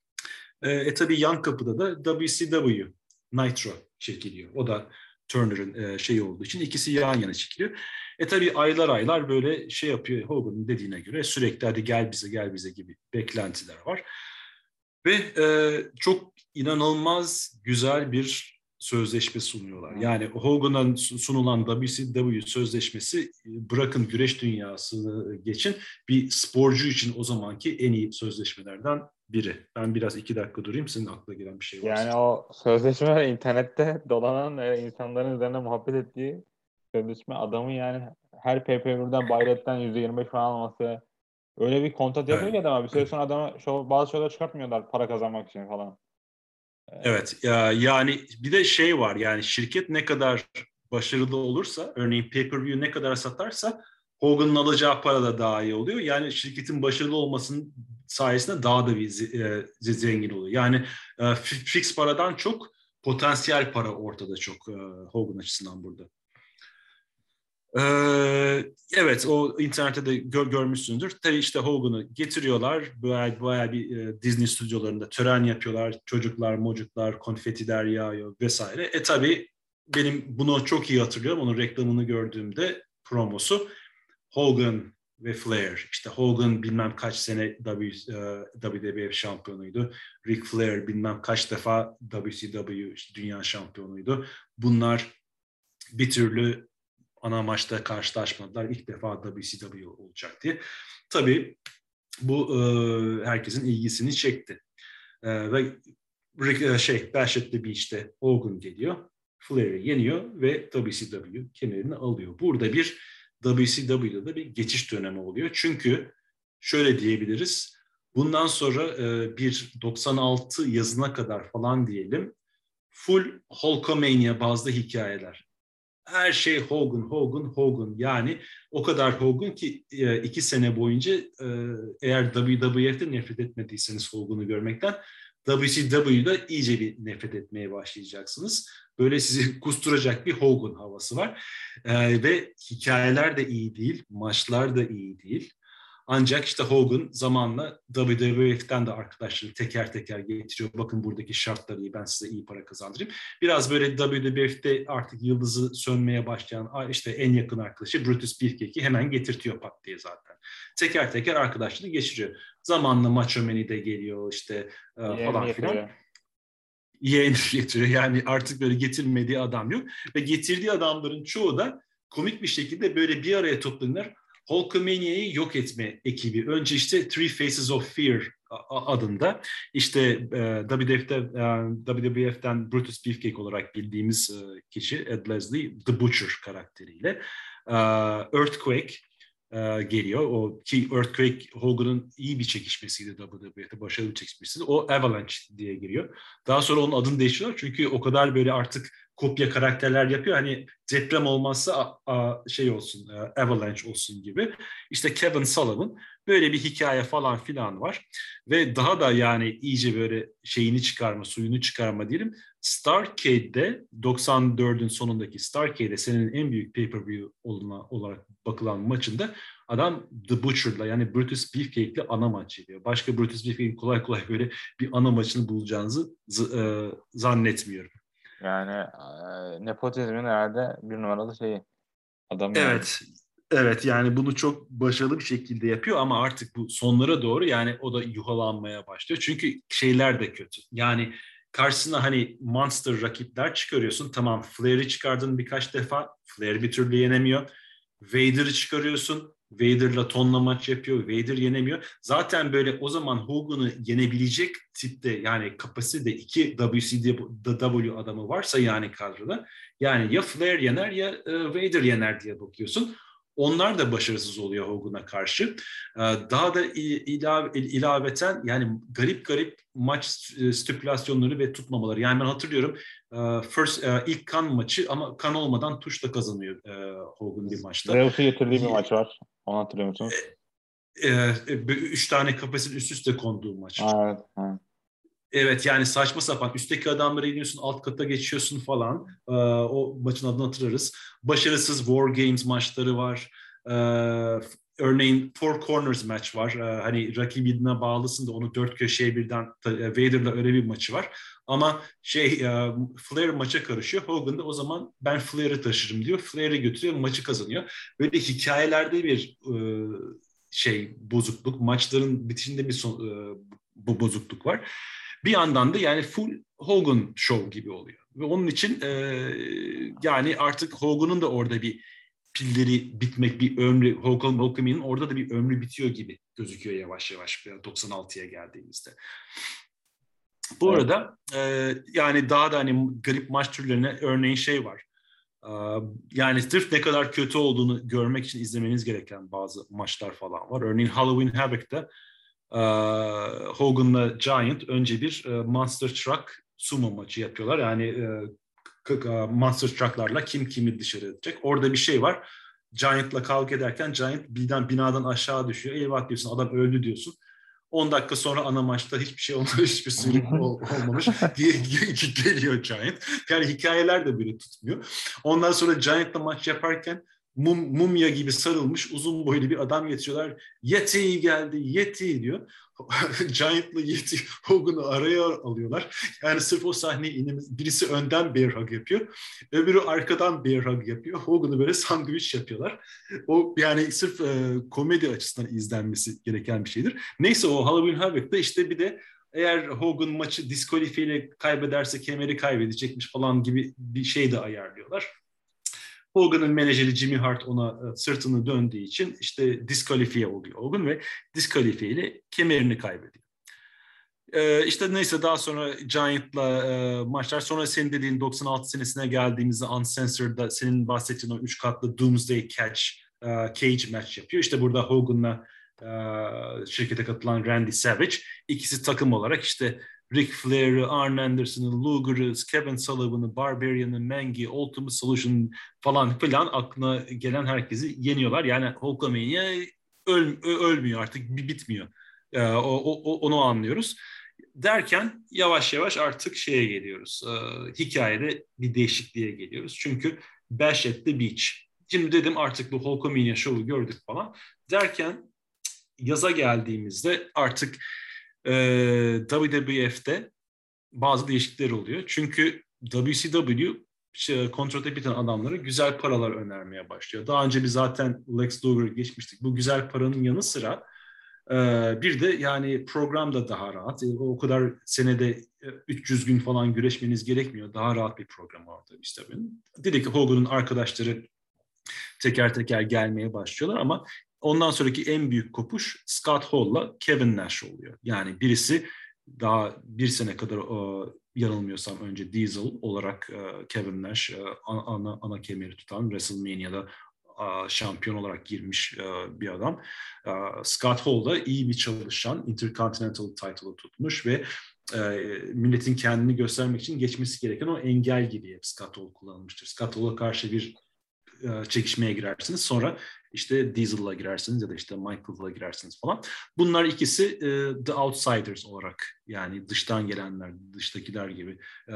E, e tabii yan kapıda da W C W Nitro çekiliyor. O da Turner'ın e, şeyi olduğu için ikisi yan yana çekiliyor. E tabii aylar aylar böyle şey yapıyor Hogan'ın dediğine göre, sürekli hadi gel bize gel bize gibi beklentiler var. Ve e, çok inanılmaz güzel bir sözleşme sunuyorlar. Yani Hogan'a sunulan W C W sözleşmesi, bırakın güreş dünyasını geçin, bir sporcu için o zamanki en iyi sözleşmelerden biri. Ben biraz iki dakika durayım, senin aklına gelen bir şey varsa. yani o sözleşme internette dolanan e, insanların üzerine muhabbet ettiği sözleşme, adamın yani her pay-per-view'den Bayret'ten yüzde yirmi beş falan alması, öyle bir kontrat yapıyor Evet. ki adama bir süre sonra adama şov, bazı şeyler çıkartmıyorlar para kazanmak için falan. Evet, ya, yani bir de şey var, yani şirket ne kadar başarılı olursa, örneğin pay-per-view ne kadar satarsa Hogan'ın alacağı para da daha iyi oluyor. Yani şirketin başarılı olmasının sayesinde daha da bir e, zengin oluyor. Yani e, fix paradan çok potansiyel para ortada çok e, Hogan açısından burada. Ee, evet, o internette de gör, görmüşsündür. Tabii işte Hogan'ı getiriyorlar. Bayağı, bayağı bir e, Disney stüdyolarında tören yapıyorlar. Çocuklar, mocuklar, konfetiler yağıyor vesaire. E tabii benim bunu çok iyi hatırlıyorum. Onun reklamını gördüğümde, promosu, Hogan ve Flair. İşte Hogan bilmem kaç sene W, e, W W F şampiyonuydu. Ric Flair bilmem kaç defa W C W işte dünya şampiyonuydu. Bunlar bir türlü ana maçta karşılaşmadılar. İlk defa W C W olacak diye. Tabii Bu e, herkesin ilgisini çekti. E, ve şey dehşetli bir işte Hogan geliyor. Flair'i yeniyor ve W C W kemerini alıyor. Burada bir W C W'da bir geçiş dönemi oluyor. Çünkü şöyle diyebiliriz. Bundan sonra e, bir doksan altı yazına kadar falan diyelim full Hulkamania bazlı hikayeler. Her şey Hogan, Hogan, Hogan. Yani o kadar Hogan ki e, iki sene boyunca e, eğer W W F'de nefret etmediyseniz Hogan'ı görmekten W C W'da iyice bir nefret etmeye başlayacaksınız. Böyle sizi kusturacak bir Hogan havası var. E, ve hikayeler de iyi değil, maçlar da iyi değil. Ancak işte Hogan zamanla W W F'den de arkadaşları teker teker getiriyor. Bakın buradaki şartları iyi, ben size iyi para kazandırayım. Biraz böyle W W F'de artık yıldızı sönmeye başlayan işte en yakın arkadaşı Brutus Beefcake'i hemen getirtiyor pat diye zaten. Teker teker arkadaşlarını geçiriyor. Zamanla Macho Man'i de geliyor işte e, falan filan. Yeğeni getiriyor. Yani artık böyle getirmediği adam yok. Ve getirdiği adamların çoğu da komik bir şekilde böyle bir araya toplanırlar. Hulkamania'yı yok etme ekibi. Önce işte Three Faces of Fear adında işte e, W W F'de, e, W W F'den Brutus Beefcake olarak bildiğimiz e, kişi Ed Leslie The Butcher karakteriyle e, Earthquake e, geliyor. O ki Earthquake Hogan'ın iyi bir çekişmesiydi W W F'de, başarılı bir çekişmesiydi. O Avalanche diye giriyor. Daha sonra onun adını değiştiriyorlar çünkü o kadar böyle artık kopya karakterler yapıyor. Hani deprem olmazsa a, a, şey olsun, a, Avalanche olsun gibi. İşte Kevin Sullivan böyle bir hikaye falan filan var. Ve daha da yani iyice böyle şeyini çıkarma, suyunu çıkarma diyelim. Starrcade'de doksan dördün sonundaki Starrcade'de senenin en büyük pay-per-view olarak bakılan maçında adam The Butcher'la yani Brutus Beefcake'le ana maç yapıyor. Başka Brutus Beefcake'in kolay kolay böyle bir ana maçını bulacağınızı z- e, zannetmiyorum. Yani e, nepotizmin herhalde bir numaralı şeyi. Adam yani. Evet. Evet yani bunu çok başarılı bir şekilde yapıyor ama artık bu sonlara doğru yani o da yuhalanmaya başlıyor. Çünkü şeyler de kötü. Yani karşısına hani monster rakipler çıkarıyorsun. Tamam Flair'i çıkardın birkaç defa. Flair bir türlü yenemiyor. Vader'ı çıkarıyorsun. Vader'la tonla maç yapıyor. Vader yenemiyor. Zaten böyle o zaman Hogan'ı yenebilecek tipte yani kapasitede iki W C W adamı varsa yani kadroda yani ya Flair yener ya e, Vader yener diye bakıyorsun. Onlar da başarısız oluyor Hogan'a karşı. Daha da ilave, ilaveten yani garip garip maç stipülasyonları ve tutmamaları. Yani ben hatırlıyorum first, ilk kan maçı ama kan olmadan tuşla kazanıyor Hogan bir maçta. Zeus'u getirdiği bir maç var. Onu hatırlıyor musunuz? Üç tane kafesin üst üste konduğu maç. Evet, evet. Evet yani saçma sapan. Üstteki adamları iniyorsun, alt kata geçiyorsun falan. Ee, o maçın adını hatırlarız. Başarısız War Games maçları var. Ee, örneğin Four Corners maç var. Ee, hani rakibine bağlısın da onu dört köşeye birden Vader'la öyle bir maçı var. Ama şey e, Flair maça karışıyor. Hogan da o zaman ben Flair'i taşırım diyor. Flair'i götürüyor, maçı kazanıyor. Böyle hikayelerde bir e, şey bozukluk. Maçların bitişinde bir son, e, bu bozukluk var. Bir yandan da yani full Hogan show gibi oluyor. Ve onun için e, yani artık Hogan'ın da orada bir pilleri bitmek, bir ömrü, Hogan Hulkamania'nın orada da bir ömrü bitiyor gibi gözüküyor yavaş yavaş doksan altıya geldiğimizde. Bu Evet. arada e, yani daha da hani garip maç türlerine örneğin şey var. E, yani sırf ne kadar kötü olduğunu görmek için izlemeniz gereken bazı maçlar falan var. Örneğin Halloween Havoc'ta Uh, Hogan'la Giant önce bir uh, Monster Truck sumo maçı yapıyorlar. Yani uh, Monster Truck'larla kim kimi dışarı edecek. Orada bir şey var. Giant'la kavga ederken Giant binadan, binadan aşağı düşüyor. Eyvah diyorsun adam öldü diyorsun. on dakika sonra ana maçta hiçbir şey olmamış, hiçbir sürü ol, olmamış diye geliyor Giant. Yani hikayeler de böyle tutmuyor. Ondan sonra Giant'la maç yaparken mum, mumya gibi sarılmış uzun boylu bir adam getiriyorlar. Yeti geldi, Yeti diyor. Giant'la Yeti Hogan'ı araya alıyorlar. Yani sırf o sahneyi inimiz, birisi önden bear hug yapıyor. Öbürü arkadan bear hug yapıyor. Hogan'ı böyle sandviç yapıyorlar. O yani sırf e, komedi açısından izlenmesi gereken bir şeydir. Neyse o Halloween Havoc'ta işte bir de eğer Hogan maçı diskalifiyle kaybederse kemeri kaybedecekmiş falan gibi bir şey de ayarlıyorlar. Hogan'ın menajeri Jimmy Hart ona sırtını döndüğü için işte diskalifiye oluyor Hogan ve diskalifiye ile kemerini kaybediyor. Ee, işte neyse daha sonra Giant'la e, maçlar. Sonra senin dediğin doksan altı senesine geldiğimizde Uncensored'da senin bahsettiğin o üç katlı Doomsday Catch, e, Cage match yapıyor. İşte burada Hogan'la e, şirkete katılan Randy Savage. İkisi takım olarak işte Ric Flair'ı, Arn Anderson'ı, Luger'ı, Kevin Sullivan'ı, Barbarian'ı, Mangi, Ultimate Solution falan filan aklına gelen herkesi yeniyorlar. Yani Hulkamania öl, ölmüyor artık, bitmiyor. E, o, o, onu anlıyoruz. Derken yavaş yavaş artık şeye geliyoruz. E, hikayede bir değişikliğe geliyoruz. Çünkü Bash at the Beach. Şimdi dedim artık bu Hulkamania şovu gördük falan. Derken yaza geldiğimizde artık e, W W F'de bazı değişiklikler oluyor. Çünkü W C W işte, kontrata biten adamlara güzel paralar önermeye başlıyor. Daha önce biz zaten Lex Luger'ı geçmiştik. Bu güzel paranın yanı sıra bir de yani program da daha rahat. O kadar senede üç yüz gün falan güreşmeniz gerekmiyor. Daha rahat bir program orada işte. Dedi ki Hogan'ın arkadaşları teker teker gelmeye başlıyorlar ama ondan sonraki en büyük kopuş Scott Hall'la Kevin Nash oluyor. Yani birisi daha bir sene kadar yanılmıyorsam önce Diesel olarak Kevin Nash ana, ana kemeri tutan WrestleMania'da şampiyon olarak girmiş bir adam. Scott Hall da iyi bir çalışan, Intercontinental title'ı tutmuş ve milletin kendini göstermek için geçmesi gereken o engel gibi hep Scott Hall kullanılmıştır. Scott Hall'a karşı bir çekişmeye girersiniz. Sonra işte Diesel'la girersiniz ya da işte Michael'la girersiniz falan. Bunlar ikisi The Outsiders olarak yani dıştan gelenler, dıştakiler gibi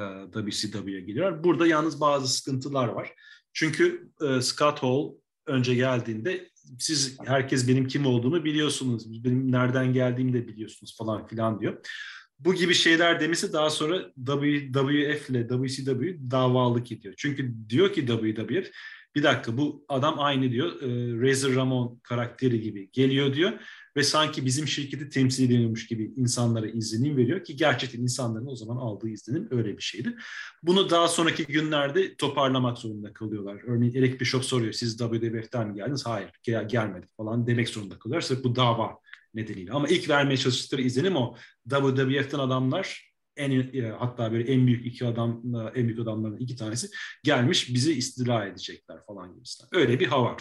W C W'ye geliyorlar. Burada yalnız bazı sıkıntılar var. Çünkü Scott Hall önce geldiğinde siz herkes benim kim olduğumu biliyorsunuz, benim nereden geldiğimi de biliyorsunuz falan filan diyor. Bu gibi şeyler demesi daha sonra W W F ile W C W davalık ediyor. Çünkü diyor ki W W F bir dakika bu adam aynı diyor Razor Ramon karakteri gibi geliyor diyor ve sanki bizim şirketi temsil ediyormuş gibi insanlara izlenim veriyor ki gerçekten insanların o zaman aldığı izlenim öyle bir şeydi. Bunu daha sonraki günlerde toparlamak zorunda kalıyorlar. Örneğin Eric Bischoff soruyor siz W W F'den mi geldiniz? Hayır gel- gelmedik falan demek zorunda kalıyorlar. Sırf bu dava nedeniyle. Ama ilk vermeye çalıştıkları izlenim o. W W F'den adamlar en hatta böyle en büyük iki adam en büyük adamların iki tanesi gelmiş bizi istila edecekler falan gibisinden. Öyle bir hava.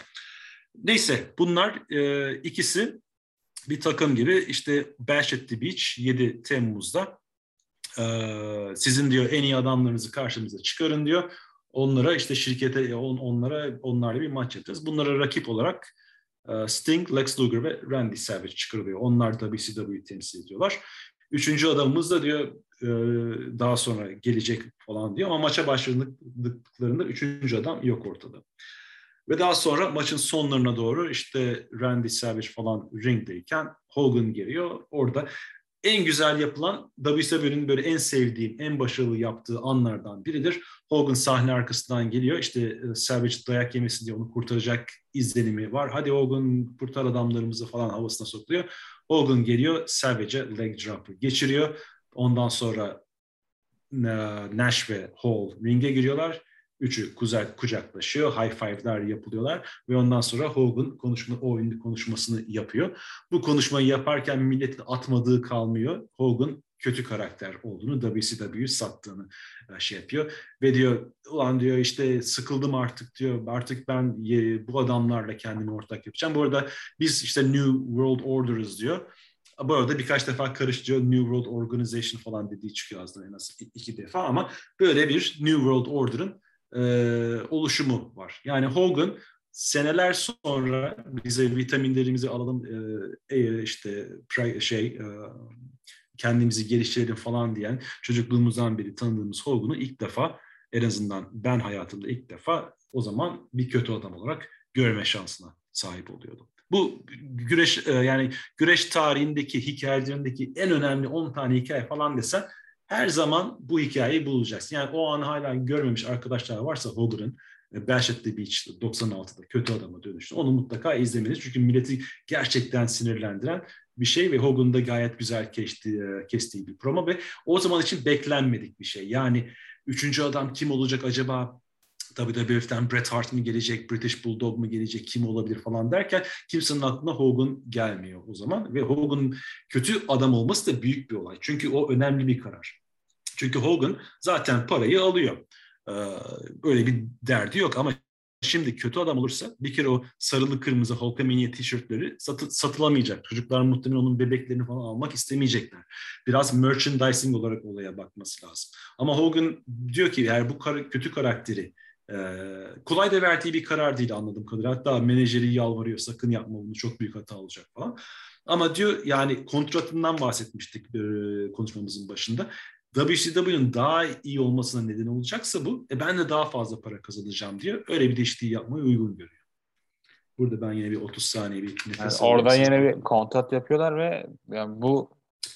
Neyse bunlar e, ikisi bir takım gibi işte Bash at the Beach yedi Temmuz'da e, sizin diyor en iyi adamlarınızı karşımıza çıkarın diyor. Onlara işte şirkete on, onlara onlarla bir maç yapacağız. Bunlara rakip olarak Sting, Lex Luger ve Randy Savage çıkarılıyor. Onlar da W C W'yi temsil ediyorlar. Üçüncü adamımız da diyor daha sonra gelecek falan diyor ama maça başladıklarında üçüncü adam yok ortada. Ve daha sonra maçın sonlarına doğru işte Randy Savage falan ringdeyken Hogan geliyor. Orada en güzel yapılan W C W'nin böyle en sevdiğim, en başarılı yaptığı anlardan biridir. Hogan sahne arkasından geliyor. İşte Savage dayak yemesin diye onu kurtaracak izlenimi var. Hadi Hogan kurtar adamlarımızı falan havasına sokuluyor. Hogan geliyor, Savage'e leg drop'ı geçiriyor. Ondan sonra Nash ve Hall ringe giriyorlar. Üçü kucak, kucaklaşıyor, high five'lar yapılıyorlar ve ondan sonra Hogan konuşma, o ünlü konuşmasını yapıyor. Bu konuşmayı yaparken milletin atmadığı kalmıyor. Hogan kötü karakter olduğunu, W C W'yu sattığını şey yapıyor. Ve diyor, ulan diyor işte sıkıldım artık diyor, artık ben bu adamlarla kendimi ortak yapacağım. Bu arada biz işte New World Order'ız diyor. Bu arada birkaç defa karıştırıyor. New World Organization falan dediği çıkıyor aslında en az iki defa ama böyle bir New World Order'ın e, oluşumu var. Yani Hogan seneler sonra bize vitaminlerimizi alalım e, işte şey e, kendimizi geliştirelim falan diyen çocukluğumuzdan beri tanıdığımız Hogan'ı ilk defa en azından ben hayatımda ilk defa o zaman bir kötü adam olarak görme şansına sahip oluyordum. Bu güreş yani güreş tarihindeki hikayelerindeki en önemli on tane hikaye falan desen her zaman bu hikayeyi bulacaksın. Yani o an hala görmemiş arkadaşlar varsa Hogan'ın Bash at the Beach doksan altıda kötü adama dönüştü. Onu mutlaka izlemeniz. Çünkü milleti gerçekten sinirlendiren bir şey ve Hogan'da gayet güzel kestiği, kestiği bir promo ve o zaman için beklenmedik bir şey. Yani üçüncü adam kim olacak acaba? W W F'ten Bret Hart mı gelecek, British Bulldog mu gelecek, kim olabilir falan derken kimsenin aklına Hogan gelmiyor o zaman. Ve Hogan'ın kötü adam olması da büyük bir olay. Çünkü o önemli bir karar. Çünkü Hogan zaten parayı alıyor. Ee, öyle bir derdi yok ama şimdi kötü adam olursa bir kere o sarılı kırmızı Hulkamania tişörtleri satı, satılamayacak. Çocuklar muhtemelen onun bebeklerini falan almak istemeyecekler. Biraz merchandising olarak olaya bakması lazım. Ama Hogan diyor ki eğer bu kar- kötü karakteri e, kolay da verdiği bir karar değil anladığım kadarıyla. Hatta menajeri yalvarıyor sakın yapma bunu çok büyük hata olacak falan. Ama diyor yani kontratından bahsetmiştik e, konuşmamızın başında. W C W'nin daha iyi olmasına neden olacaksa bu, e ben de daha fazla para kazanacağım diyor. Öyle bir değişikliği yapmayı uygun görüyor. Burada ben yine bir otuz saniye bir Yani nefes alayım. orada Siz yine devam bir edin. kontrat yapıyorlar ve yani bu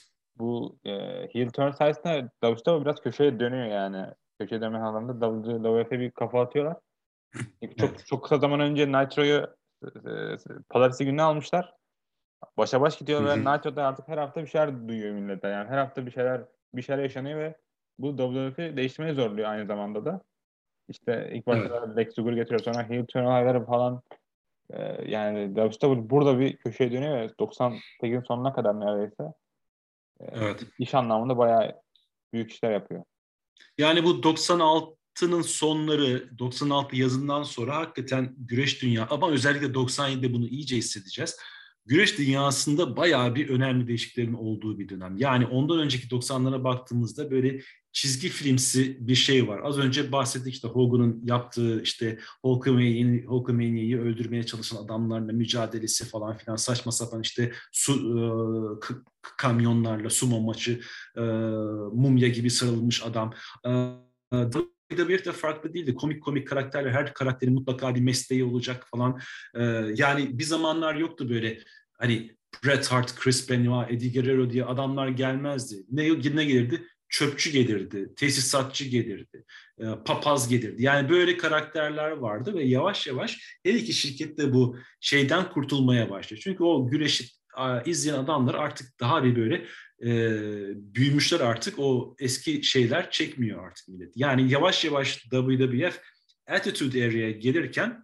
bu e, heel turn sayesinde W C W biraz köşeye dönüyor yani. Köşeye dönme anlamında W W F'e bir kafa atıyorlar. Çok Evet. çok kısa zaman önce Nitro'yu e, e, Pazartesi gününe almışlar. Başa baş gidiyor Hı ve hı. Nitro'da artık her hafta bir şeyler duyuyor millete. Yani her hafta bir şeyler bir şeyler yaşanıyor ve bu W W F'i değiştirmeyi zorluyor aynı zamanda da. İşte ilk Evet. başta Lex Luger getiriyor sonra heel turn olayları falan. E, yani W C W burada bir köşeye dönüyor ve doksan sekizinin sonuna kadar neredeyse e, Evet. iş anlamında bayağı büyük işler yapıyor. Yani bu doksan altının sonları, doksan altı yazından sonra hakikaten güreş dünya ama özellikle doksan yedide bunu iyice hissedeceğiz. Güreş dünyasında bayağı bir önemli değişikliklerin olduğu bir dönem. Yani ondan önceki doksanlara baktığımızda böyle çizgi filmsi bir şey var. Az önce bahsettik işte Hogan'ın yaptığı işte Hulkamania'yı Hulkamania'yı öldürmeye çalışan adamlarla mücadelesi falan filan saçma sapan işte su e, k- kamyonlarla sumo maçı e, mumya gibi sarılmış adam. W W F'de farklı değildi. Komik komik karakterler, her karakterin mutlaka bir mesleği olacak falan. Ee, yani bir zamanlar yoktu böyle hani Bret Hart, Chris Benoit, Eddie Guerrero diye adamlar gelmezdi. Ne, ne gelirdi? Çöpçü gelirdi, tesisatçı gelirdi, e, papaz gelirdi. Yani böyle karakterler vardı ve yavaş yavaş her iki şirket de bu şeyden kurtulmaya başladı. Çünkü o güreşi izleyen adamlar artık daha bir böyle e, büyümüşler artık o eski şeyler çekmiyor artık millet. Yani yavaş yavaş W W F Attitude Era'ya gelirken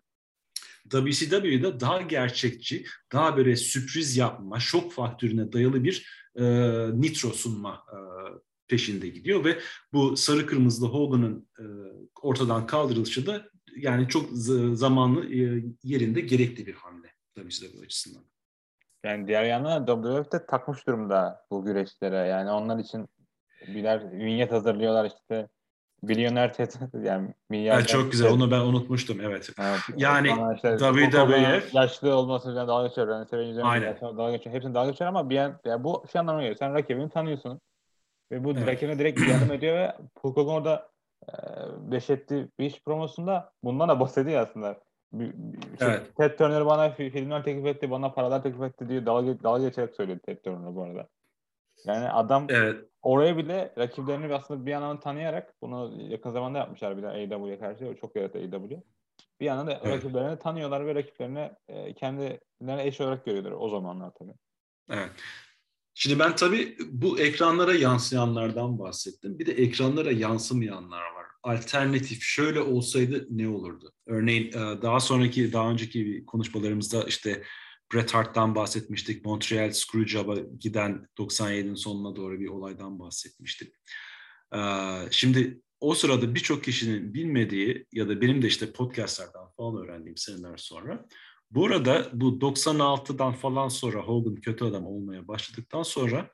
W C W'da daha gerçekçi, daha böyle sürpriz yapma, şok faktörüne dayalı bir e, nitro sunma e, peşinde gidiyor ve bu sarı kırmızılı Hogan'ın e, ortadan kaldırılışı da yani çok z- zamanlı e, yerinde gerekli bir hamle W C W açısından. Yani diğer yandan W W F de takmış durumda bu güreşlere. Yani onlar için birer vinyet hazırlıyorlar işte. Milyoner Ted yani Evet, milyarder çok güzel. Ted. Onu ben unutmuştum. Evet. Evet. Yani Sonra işte Hulk Hogan'ın W W F yaşlı olması üzerine dalga geçiyor. Yani seven üzerine aynen. yaşlı dalga geçiyor. Hepsini dalga geçiyor ama bir yan, yani bu şey anlamına geliyor. Sen rakibini tanıyorsun. Ve bu Evet. rakibine direkt yardım ediyor ve Hulk Hogan orada e, beş etti bir iş promosunda bundan da bahsediyor aslında. Bir, bir- işte Evet. Ted Turner bana fi- filmler teklif etti, bana paralar teklif etti diye dalga, dalga geçerek söylüyor Ted Turner bu arada. Yani adam Evet. oraya bile rakiplerini aslında bir yandan tanıyarak bunu yakın zamanda yapmışlar bir de A E W'ye karşı. O çok yarattı A E W. Bir yandan da Evet. rakiplerini tanıyorlar ve rakiplerini e, kendilerine eş olarak görüyorlar o zamanlar tabii. Evet. Şimdi ben tabii bu ekranlara yansıyanlardan bahsettim. Bir de ekranlara yansımayanlar var. Alternatif şöyle olsaydı ne olurdu? Örneğin e, daha sonraki, daha önceki konuşmalarımızda işte Bret Hart'tan bahsetmiştik. Montreal Screwjob'a giden doksan yedinin sonuna doğru bir olaydan bahsetmiştik. E, Şimdi o sırada birçok kişinin bilmediği ya da benim de işte podcastlardan falan öğrendiğim seneler sonra bu arada bu doksan altıdan falan sonra Hogan kötü adam olmaya başladıktan sonra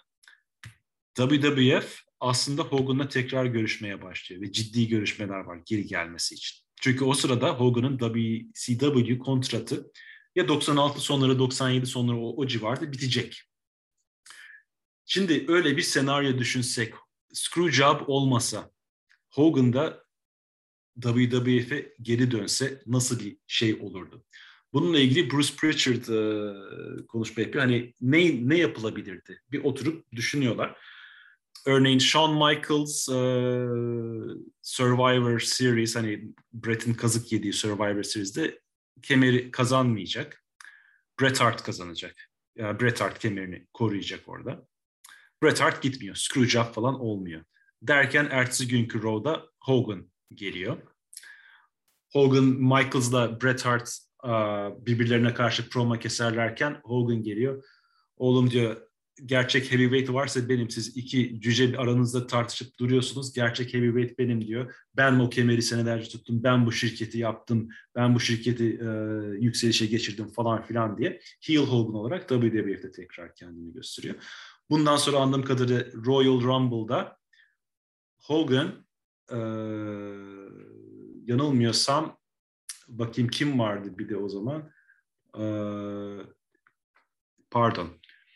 W W F aslında Hogan'la tekrar görüşmeye başlıyor ve ciddi görüşmeler var geri gelmesi için. Çünkü o sırada Hogan'ın W C W kontratı ya doksan altı sonları doksan yedi sonları o, o civarda bitecek. Şimdi öyle bir senaryo düşünsek, Screwjob olmasa, Hogan da W W F'e geri dönse nasıl bir şey olurdu? Bununla ilgili Bruce Pritchard e, konuşma yapıyor. Hani ne ne yapılabilirdi? Bir oturup düşünüyorlar. Örneğin Shawn Michaels e, Survivor Series hani Bret'in kazık yediği Survivor Series'de kemeri kazanmayacak. Bret Hart kazanacak. Yani Bret Hart kemerini koruyacak orada. Bret Hart gitmiyor. Screwjob falan olmuyor. Derken ertesi günkü Raw'da Hogan geliyor. Hogan, Michaels'la Bret Hart birbirlerine karşı promo keserlerken Hogan geliyor. Oğlum diyor, gerçek heavyweight varsa benim. Siz iki cüce aranızda tartışıp duruyorsunuz. Gerçek heavyweight benim diyor. Ben o kemeri senelerce tuttum. Ben bu şirketi yaptım. Ben bu şirketi e, yükselişe geçirdim falan filan diye. Heel Hogan olarak W W F'de tekrar kendini gösteriyor. Bundan sonra anladığım kadarıyla Royal Rumble'da Hogan e, yanılmıyorsam bakayım kim vardı bir de o zaman. E, pardon.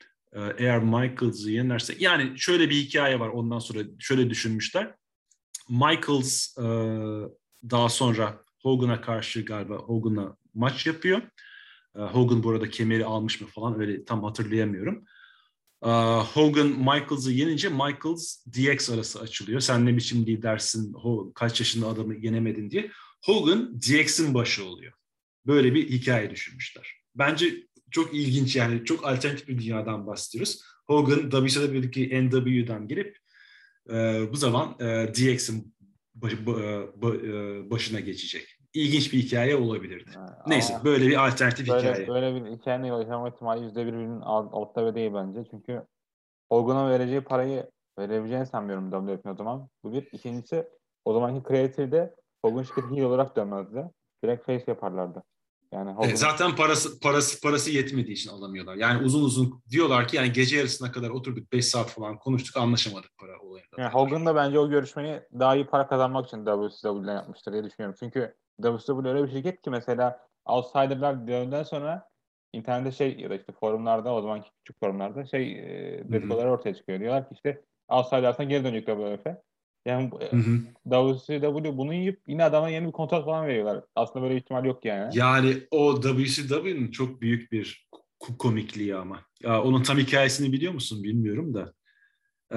Eğer Michaels'ı yenerse, yani şöyle bir hikaye var, ondan sonra şöyle düşünmüşler. Michaels e, daha sonra Hogan'a karşı galiba Hogan'a maç yapıyor. E, Hogan bu arada kemeri almış mı falan öyle tam hatırlayamıyorum. E, Hogan Michaels'ı yenince Michaels D X arası açılıyor. Sen ne biçim lidersin, Ho, kaç yaşında adamı yenemedin diye. Hogan D X'in başı oluyor. Böyle bir hikaye düşünmüşler. Bence çok ilginç, yani çok alternatif bir dünyadan bahsediyoruz. Hogan W C W'deki N W'dan girip e, bu zaman e, D X'in baş, ba, e, başına geçecek. İlginç bir hikaye olabilirdi. Ha, Neyse, ama böyle bir alternatif böyle hikaye. böyle bir hikayenin yaşama ihtimali yüzde bir birinin alt- altta ve değil bence. Çünkü Hogan'a vereceği parayı verebileceğini sanmıyorum W W E'nin o zaman. Bu bir. İkincisi, o zamanki Creative'de Hogan şirketi heel olarak dönmezdi. Direkt face yaparlardı. Yani Evet, Hogan'ın zaten parası parası parası yetmediği için alamıyorlar. Yani uzun uzun diyorlar ki, yani gece yarısına kadar oturduk, beş saat falan konuştuk, anlaşamadık para olayında yani diyorlar. Hogan da bence o görüşmeyi daha iyi para kazanmak için W C W'den yapmıştır diye düşünüyorum. Çünkü W C W öyle bir şirket ki mesela Outsider'lar döndükten sonra internette şey ya da işte forumlarda, o zamanki küçük forumlarda şey e, Hı hı. dedikodular ortaya çıkıyor. Diyorlar ki işte Outsider'dan geri dönecek W W F. Yani bu, Hı e, hı. W C W bunu yiyip yine adama yeni bir kontrat falan veriyorlar. Aslında böyle bir ihtimal yok yani. Yani o W C W'nin çok büyük bir komikliği ama. Ya, onun tam hikayesini biliyor musun bilmiyorum da. Ee,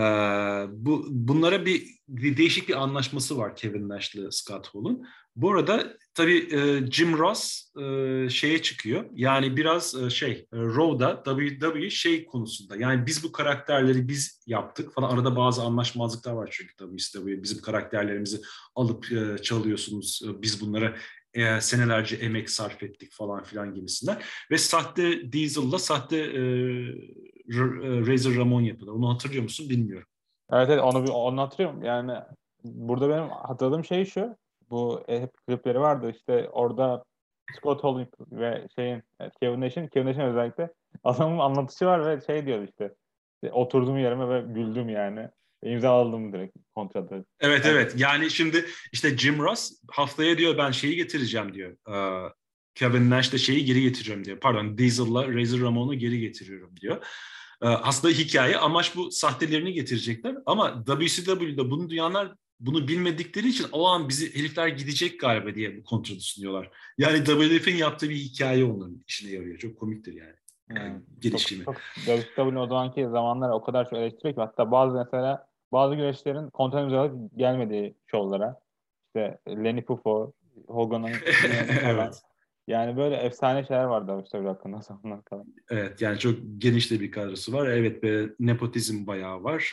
bu bunlara bir, bir değişik bir anlaşması var Kevin Nash'la Scott Hall'un. Bu arada tabii e, Jim Ross e, şeye çıkıyor. Yani biraz e, şey e, Raw'da W W E şey konusunda. Yani biz bu karakterleri biz yaptık falan. Arada bazı anlaşmazlıklar var çünkü W C W. Bizim karakterlerimizi alıp e, çalıyorsunuz. E, biz bunlara e, senelerce emek sarf ettik falan filan gibisinden. Ve sahte Diesel'la sahte e, Razor Ramon yapıyorlar. Onu hatırlıyor musun bilmiyorum. Evet, evet, onu bir onu hatırlıyorum. Yani burada benim hatırladığım şey şu. Bu e, hep klipleri vardı işte orada Scott Hall ve şeyin e, Kevin Nash'in Kevin Nash'in özellikle adamın anlatışı var ve şey diyor işte, işte oturdum yerime ve güldüm yani. Ve imzaladım direkt kontratı. Evet, Yani, evet, yani şimdi işte Jim Ross haftaya diyor ben şeyi getireceğim diyor. Ee, Kevin Nash da şeyi geri getireceğim diyor. Pardon, Diesel'la Razor Ramon'u geri getiriyorum diyor. Ee, aslında hikaye, amaç bu, sahtelerini getirecekler. Ama W C W'de bunu duyanlar bunu bilmedikleri için o an bizi herifler gidecek galiba diye bu kontratı sunuyorlar. Yani W W F'in yaptığı bir hikaye onların işine yarıyor. Çok komiktir yani. Yani yani çok gelişimi. çok W C W'nin o zamanki zamanlar o kadar çok eleştiriyor ki, hatta bazı mesela bazı güreşlerin kontrat imzaladık gelmediği şovlara. İşte Lenny Poffo, Hogan'ın falan. Evet. Yani böyle efsane şeyler vardı W C W hakkında o zamanlar kalan. Evet, yani çok geniş de bir kadrosu var. Evet, be, nepotizm bayağı var.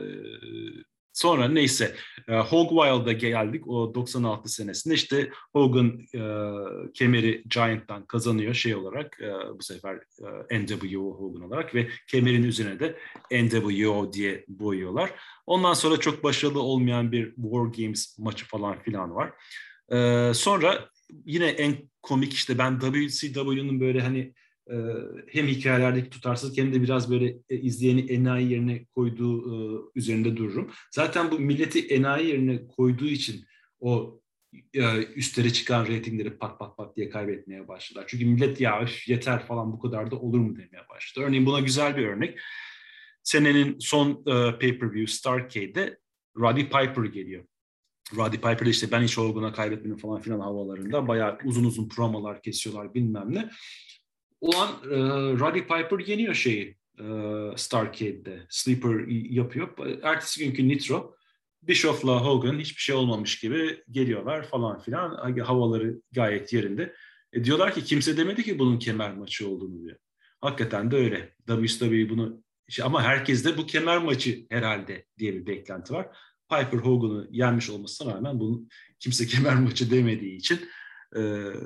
Ee, sonra neyse e, Hog Wild'a geldik. O doksan altı senesinde işte Hogan e, kemeri Giant'tan kazanıyor şey olarak. E, bu sefer e, N W O Hogan olarak ve kemerin üzerine de N W O diye boyuyorlar. Ondan sonra çok başarılı olmayan bir War Games maçı falan filan var. E, sonra yine en komik işte, ben W C W'nin böyle hani e, hem hikayelerdeki tutarsızlık hem de biraz böyle e, izleyeni enayi yerine koyduğu e, üzerinde dururum. Zaten bu milleti enayi yerine koyduğu için o e, üstlere çıkan reytingleri pat pat pat diye kaybetmeye başladılar. Çünkü millet ya öf, yeter falan, bu kadar da olur mu demeye başladı. Örneğin buna güzel bir örnek. Senenin son e, pay-per-view Starrcade'de Roddy Piper geliyor. Roddy Piper de işte ben hiç Hogan'a kaybetmedim falan filan havalarında bayağı uzun uzun promolar kesiyorlar bilmem ne. Ulan e, Roddy Piper yeniyor şeyi e, Starrcade'de. Sleeper yapıyor. Ertesi günkü Nitro Bischoff'la Hogan hiçbir şey olmamış gibi geliyorlar falan filan. Havaları gayet yerinde. E, diyorlar ki kimse demedi ki bunun kemer maçı olduğunu diyor. Hakikaten de öyle. W C W bunu işte, ama herkes de bu kemer maçı herhalde diye bir beklenti var. Piper Hogan'ı yenmiş olmasına rağmen bunun kimse kemer maçı demediği için e,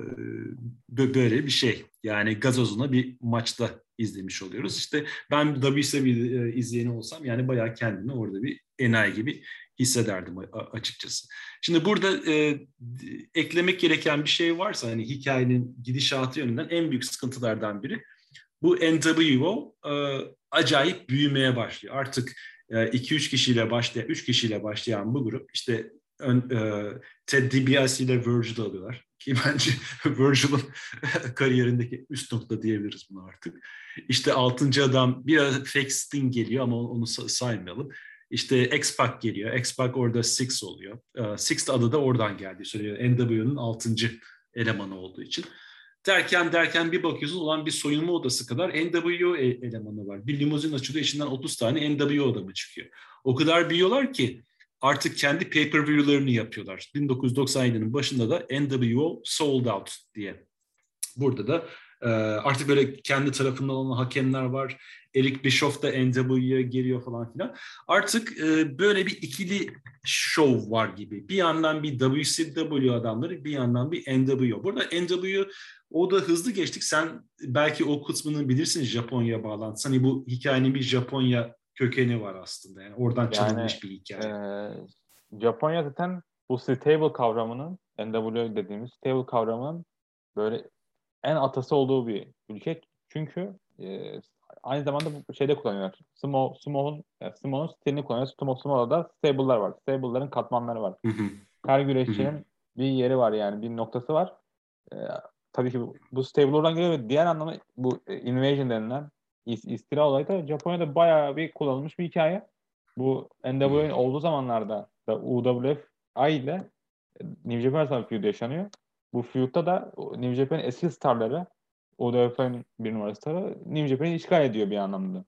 böyle bir şey. Yani gazozuna bir maçta izlemiş oluyoruz. İşte ben W C W izleyeni olsam yani bayağı kendimi orada bir enayi gibi hissederdim açıkçası. Şimdi burada e, eklemek gereken bir şey varsa hani hikayenin gidişatı yönünden en büyük sıkıntılardan biri bu N W O e, acayip büyümeye başlıyor. Artık iki üç kişiyle başlayan, üç kişiyle başlayan bu grup işte ön, e, Ted DiBiase ile Virgil alıyorlar. Ki bence Virgil'ın kariyerindeki üst nokta diyebiliriz bunu artık. İşte altıncı adam biraz fake Sting geliyor ama onu saymayalım. İşte X-Pac geliyor. X-Pac orada Six oluyor. Uh, Six adı da oradan geldiği söyleniyor. N W O'nun altıncı elemanı olduğu için. Derken derken bir bakıyorsun olan bir soyunma odası kadar N W O elemanı var. Bir limuzin açılıyor, içinden otuz tane N W O adamı çıkıyor. O kadar büyüyorlar ki artık kendi pay-per-view'larını yapıyorlar. bin dokuz yüz doksan yedinin başında da N W O Sold Out diye. Burada da e, artık böyle kendi tarafından olan hakemler var. Eric Bischoff da N W O'ya geliyor falan filan. Artık e, böyle bir ikili şov var gibi. Bir yandan bir W C W adamları, bir yandan bir N W O. Burada N W O o da hızlı geçtik. Sen belki o kısmını bilirsin Japonya bağlantısı. Hani bu hikayenin bir Japonya kökeni var aslında. Yani oradan Yani çalınmış bir hikaye. E, Japonya zaten bu stable kavramının, N W O dediğimiz stable kavramının böyle en atası olduğu bir ülke. Çünkü e, aynı zamanda bu şeyde kullanıyorlar. Sumo, Sumo'nun yani Sumo'nun stilini kullanıyorlar. Sumo, Sumo'da da stable'lar var. Stable'ların katmanları var. Her güreşçinin bir yeri var yani. Bir noktası var. E, tabii ki bu, bu stable oradan geliyor ve diğer anlamda bu e, invasion denilen is, istila olayı da Japonya'da bayağı bir kullanılmış bir hikaye. Bu N W O'nun olduğu zamanlarda da U W F ile New Japan arasında feud yaşanıyor. Bu feud'da da New Japan'ın eski starları, U W F'nin bir numaralı starı New Japan'ı işgal ediyor bir anlamda.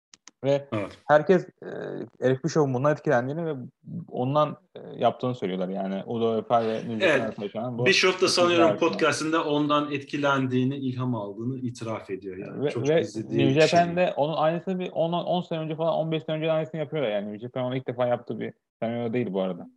Ve evet. herkes e, Eric Bischoff'un bundan etkilendiğini ve ondan e, yaptığını söylüyorlar. Yani U W F ve New Japan evet. arasında bu. Bischoff da sanıyorum podcastında ondan etkilendiğini, ilham aldığını itiraf ediyor. Yani. Ve, Çok ve izlediği New Japan'de şey. onun aynısını bir on sene önce falan, on beş sene önce aynısını yapıyorlar yani. New Japan onu ilk defa yaptığı bir senaryo değil bu arada.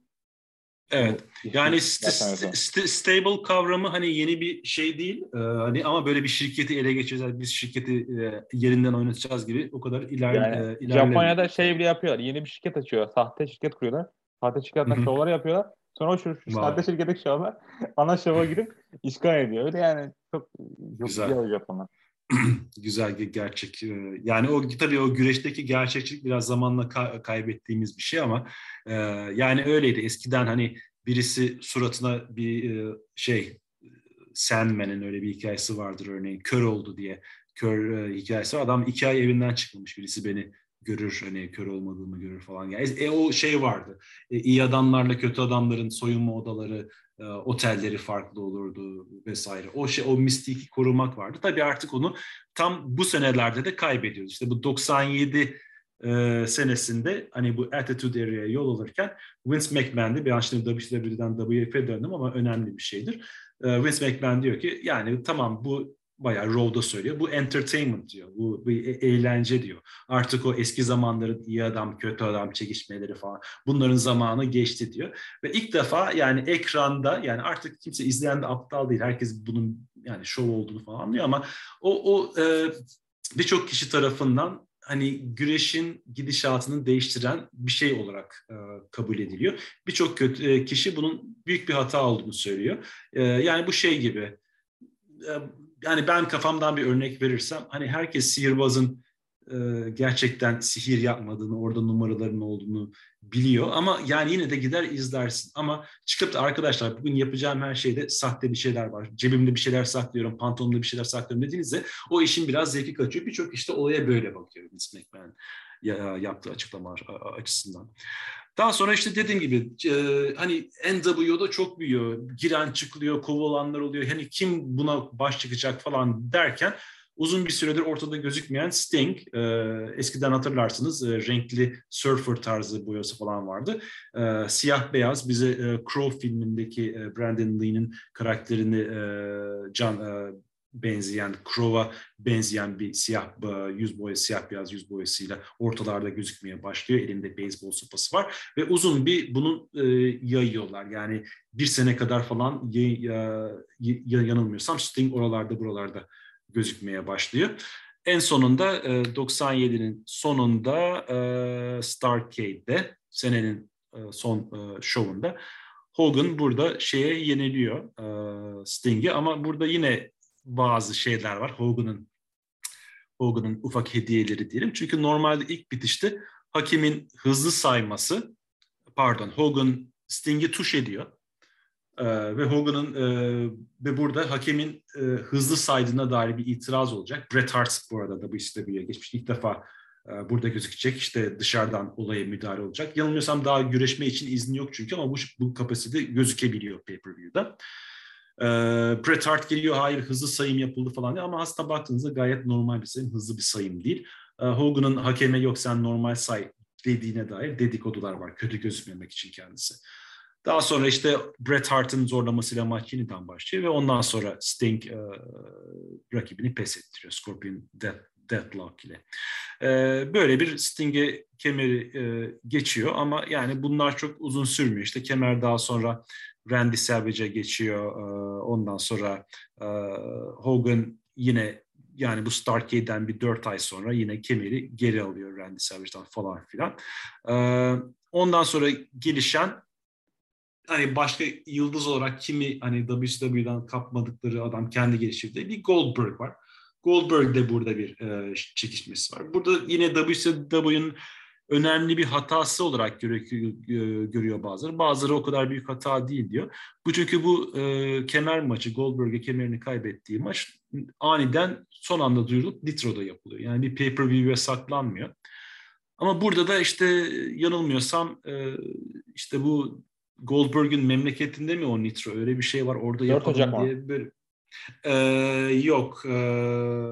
Evet. Yani st- st- stable kavramı hani yeni bir şey değil. Ee, hani ama böyle bir şirketi ele geçireceğiz, biz şirketi e, yerinden oynatacağız gibi o kadar iler, yani, e, ilerlemiyor. Japonya'da şey bile yapıyorlar. Yeni bir şirket açıyor. Sahte şirket kuruyorlar. Sahte şirketten şovları yapıyorlar. Sonra o şu, şu wow. sahte şirketteki şovlar ana şova girip işgal ediyor. Öyle yani çok güzel. Japonlar. Güzel gerçek. Yani o tabii o güreşteki gerçekçilik biraz zamanla ka- kaybettiğimiz bir şey ama e, yani öyleydi. Eskiden hani birisi suratına bir e, şey Sandman'in öyle bir hikayesi vardır örneğin. Kör oldu diye. Kör e, hikayesi var. Adam iki ay evinden çıkmamış. Birisi beni görür hani kör olmadığımı görür falan. Yani e, o şey vardı. E, iyi adamlarla kötü adamların soyunma odaları, e, otelleri farklı olurdu vesaire. O şey o mistiki korumak vardı. Tabii artık onu tam bu senelerde de kaybediyoruz. İşte bu doksan yedi e, senesinde hani bu Attitude Era'ya yol alırken Vince McMahon'di. Ben şimdi W C W'den W FA'ya döndüm ama önemli bir şeydir. E, Vince McMahon diyor ki yani tamam bu bayağı Raw'da söylüyor. Bu entertainment diyor. Bu bir eğlence diyor. Artık o eski zamanların iyi adam, kötü adam çekişmeleri falan bunların zamanı geçti diyor. Ve ilk defa yani ekranda yani artık kimse izleyen de aptal değil. Herkes bunun yani şov olduğunu falan anlıyor ama o, o e, birçok kişi tarafından hani güreşin gidişatını değiştiren bir şey olarak e, kabul ediliyor. Birçok kötü e, kişi bunun büyük bir hata olduğunu söylüyor. E, yani bu şey gibi e, yani ben kafamdan bir örnek verirsem hani herkes sihirbazın e, gerçekten sihir yapmadığını, orada numaraların olduğunu biliyor ama yani yine de gider izlersin. Ama çıkıp da arkadaşlar bugün yapacağım her şeyde sahte bir şeyler var. Cebimde bir şeyler saklıyorum, pantolonumda bir şeyler saklıyorum dediğinizde o işin biraz zevki kaçıyor. Birçok işte olaya böyle bakıyor Vince McMahon yaptığı açıklamalar açısından. Daha sonra işte dediğim gibi e, hani N W O'da çok büyüyor. Giren çıkılıyor, kovulanlar oluyor. Hani kim buna baş çıkacak falan derken uzun bir süredir ortada gözükmeyen Sting, e, eskiden hatırlarsınız e, renkli surfer tarzı boyası falan vardı. E, siyah beyaz bize e, Crow filmindeki e, Brandon Lee'nin karakterini e, can, e, benzeyen, Crow'a benzeyen bir siyah yüz boyası, siyah beyaz yüz boyasıyla ortalarda gözükmeye başlıyor. Elinde beyzbol sopası var ve uzun bir bunun e, yayıyorlar. Yani bir sene kadar falan y- y- y- yanılmıyorsam Sting oralarda buralarda gözükmeye başlıyor. En sonunda e, doksan yedinin sonunda e, Starrcade'de senenin e, son e, şovunda Hogan burada şeye yeniliyor e, Sting'i ama burada yine bazı şeyler var. Hogan'ın Hogan'ın ufak hediyeleri diyelim. Çünkü normalde ilk bitişte hakemin hızlı sayması, pardon Hogan Sting'i tuş ediyor. Ee, ve Hogan'ın e, ve burada hakemin e, hızlı saydığına dair bir itiraz olacak. Bret Hart bu arada da bu W C W'ye geçmiş. İlk defa e, burada gözükecek. İşte dışarıdan olaya müdahale olacak. Yanılmıyorsam daha güreşme için izni yok çünkü ama bu, bu kapasite gözükebiliyor pay-per-view'da. Ee, Bret Hart geliyor, hayır hızlı sayım yapıldı falan diye ama aslında baktığınızda gayet normal bir sayım, hızlı bir sayım değil. Ee, Hogan'ın hakeme yok sen normal say dediğine dair dedikodular var. Kötü gözükmemek için kendisi. Daha sonra işte Bret Hart'ın zorlamasıyla maç yeniden başlıyor ve ondan sonra Sting e, rakibini pes ettiriyor Scorpion Death, Deathlock ile. E, böyle bir Sting'e kemeri e, geçiyor ama yani bunlar çok uzun sürmüyor. İşte kemer daha sonra Randy Savage'e geçiyor. E, ondan sonra e, Hogan yine yani bu Starrcade'den bir dört ay sonra yine kemeri geri alıyor Randy Savage'dan falan filan. E, ondan sonra gelişen hani başka yıldız olarak kimi hani W C W'dan kapmadıkları adam kendi geliştirdiği bir Goldberg var. Goldberg de burada bir e, çekişmesi var. Burada yine W C W'nin önemli bir hatası olarak görüyor, görüyor bazıları. Bazıları o kadar büyük hata değil diyor. Bu çünkü bu e, kemer maçı, Goldberg'e kemerini kaybettiği maç aniden son anda duyurulup Nitro'da yapılıyor. Yani bir pay-per-view'e saklanmıyor. Ama burada da işte yanılmıyorsam e, işte bu Goldberg'in memleketinde mi o Nitro? Öyle bir şey var orada dört Ocak yapalım mı? diye böyle. Ee, yok. Ee,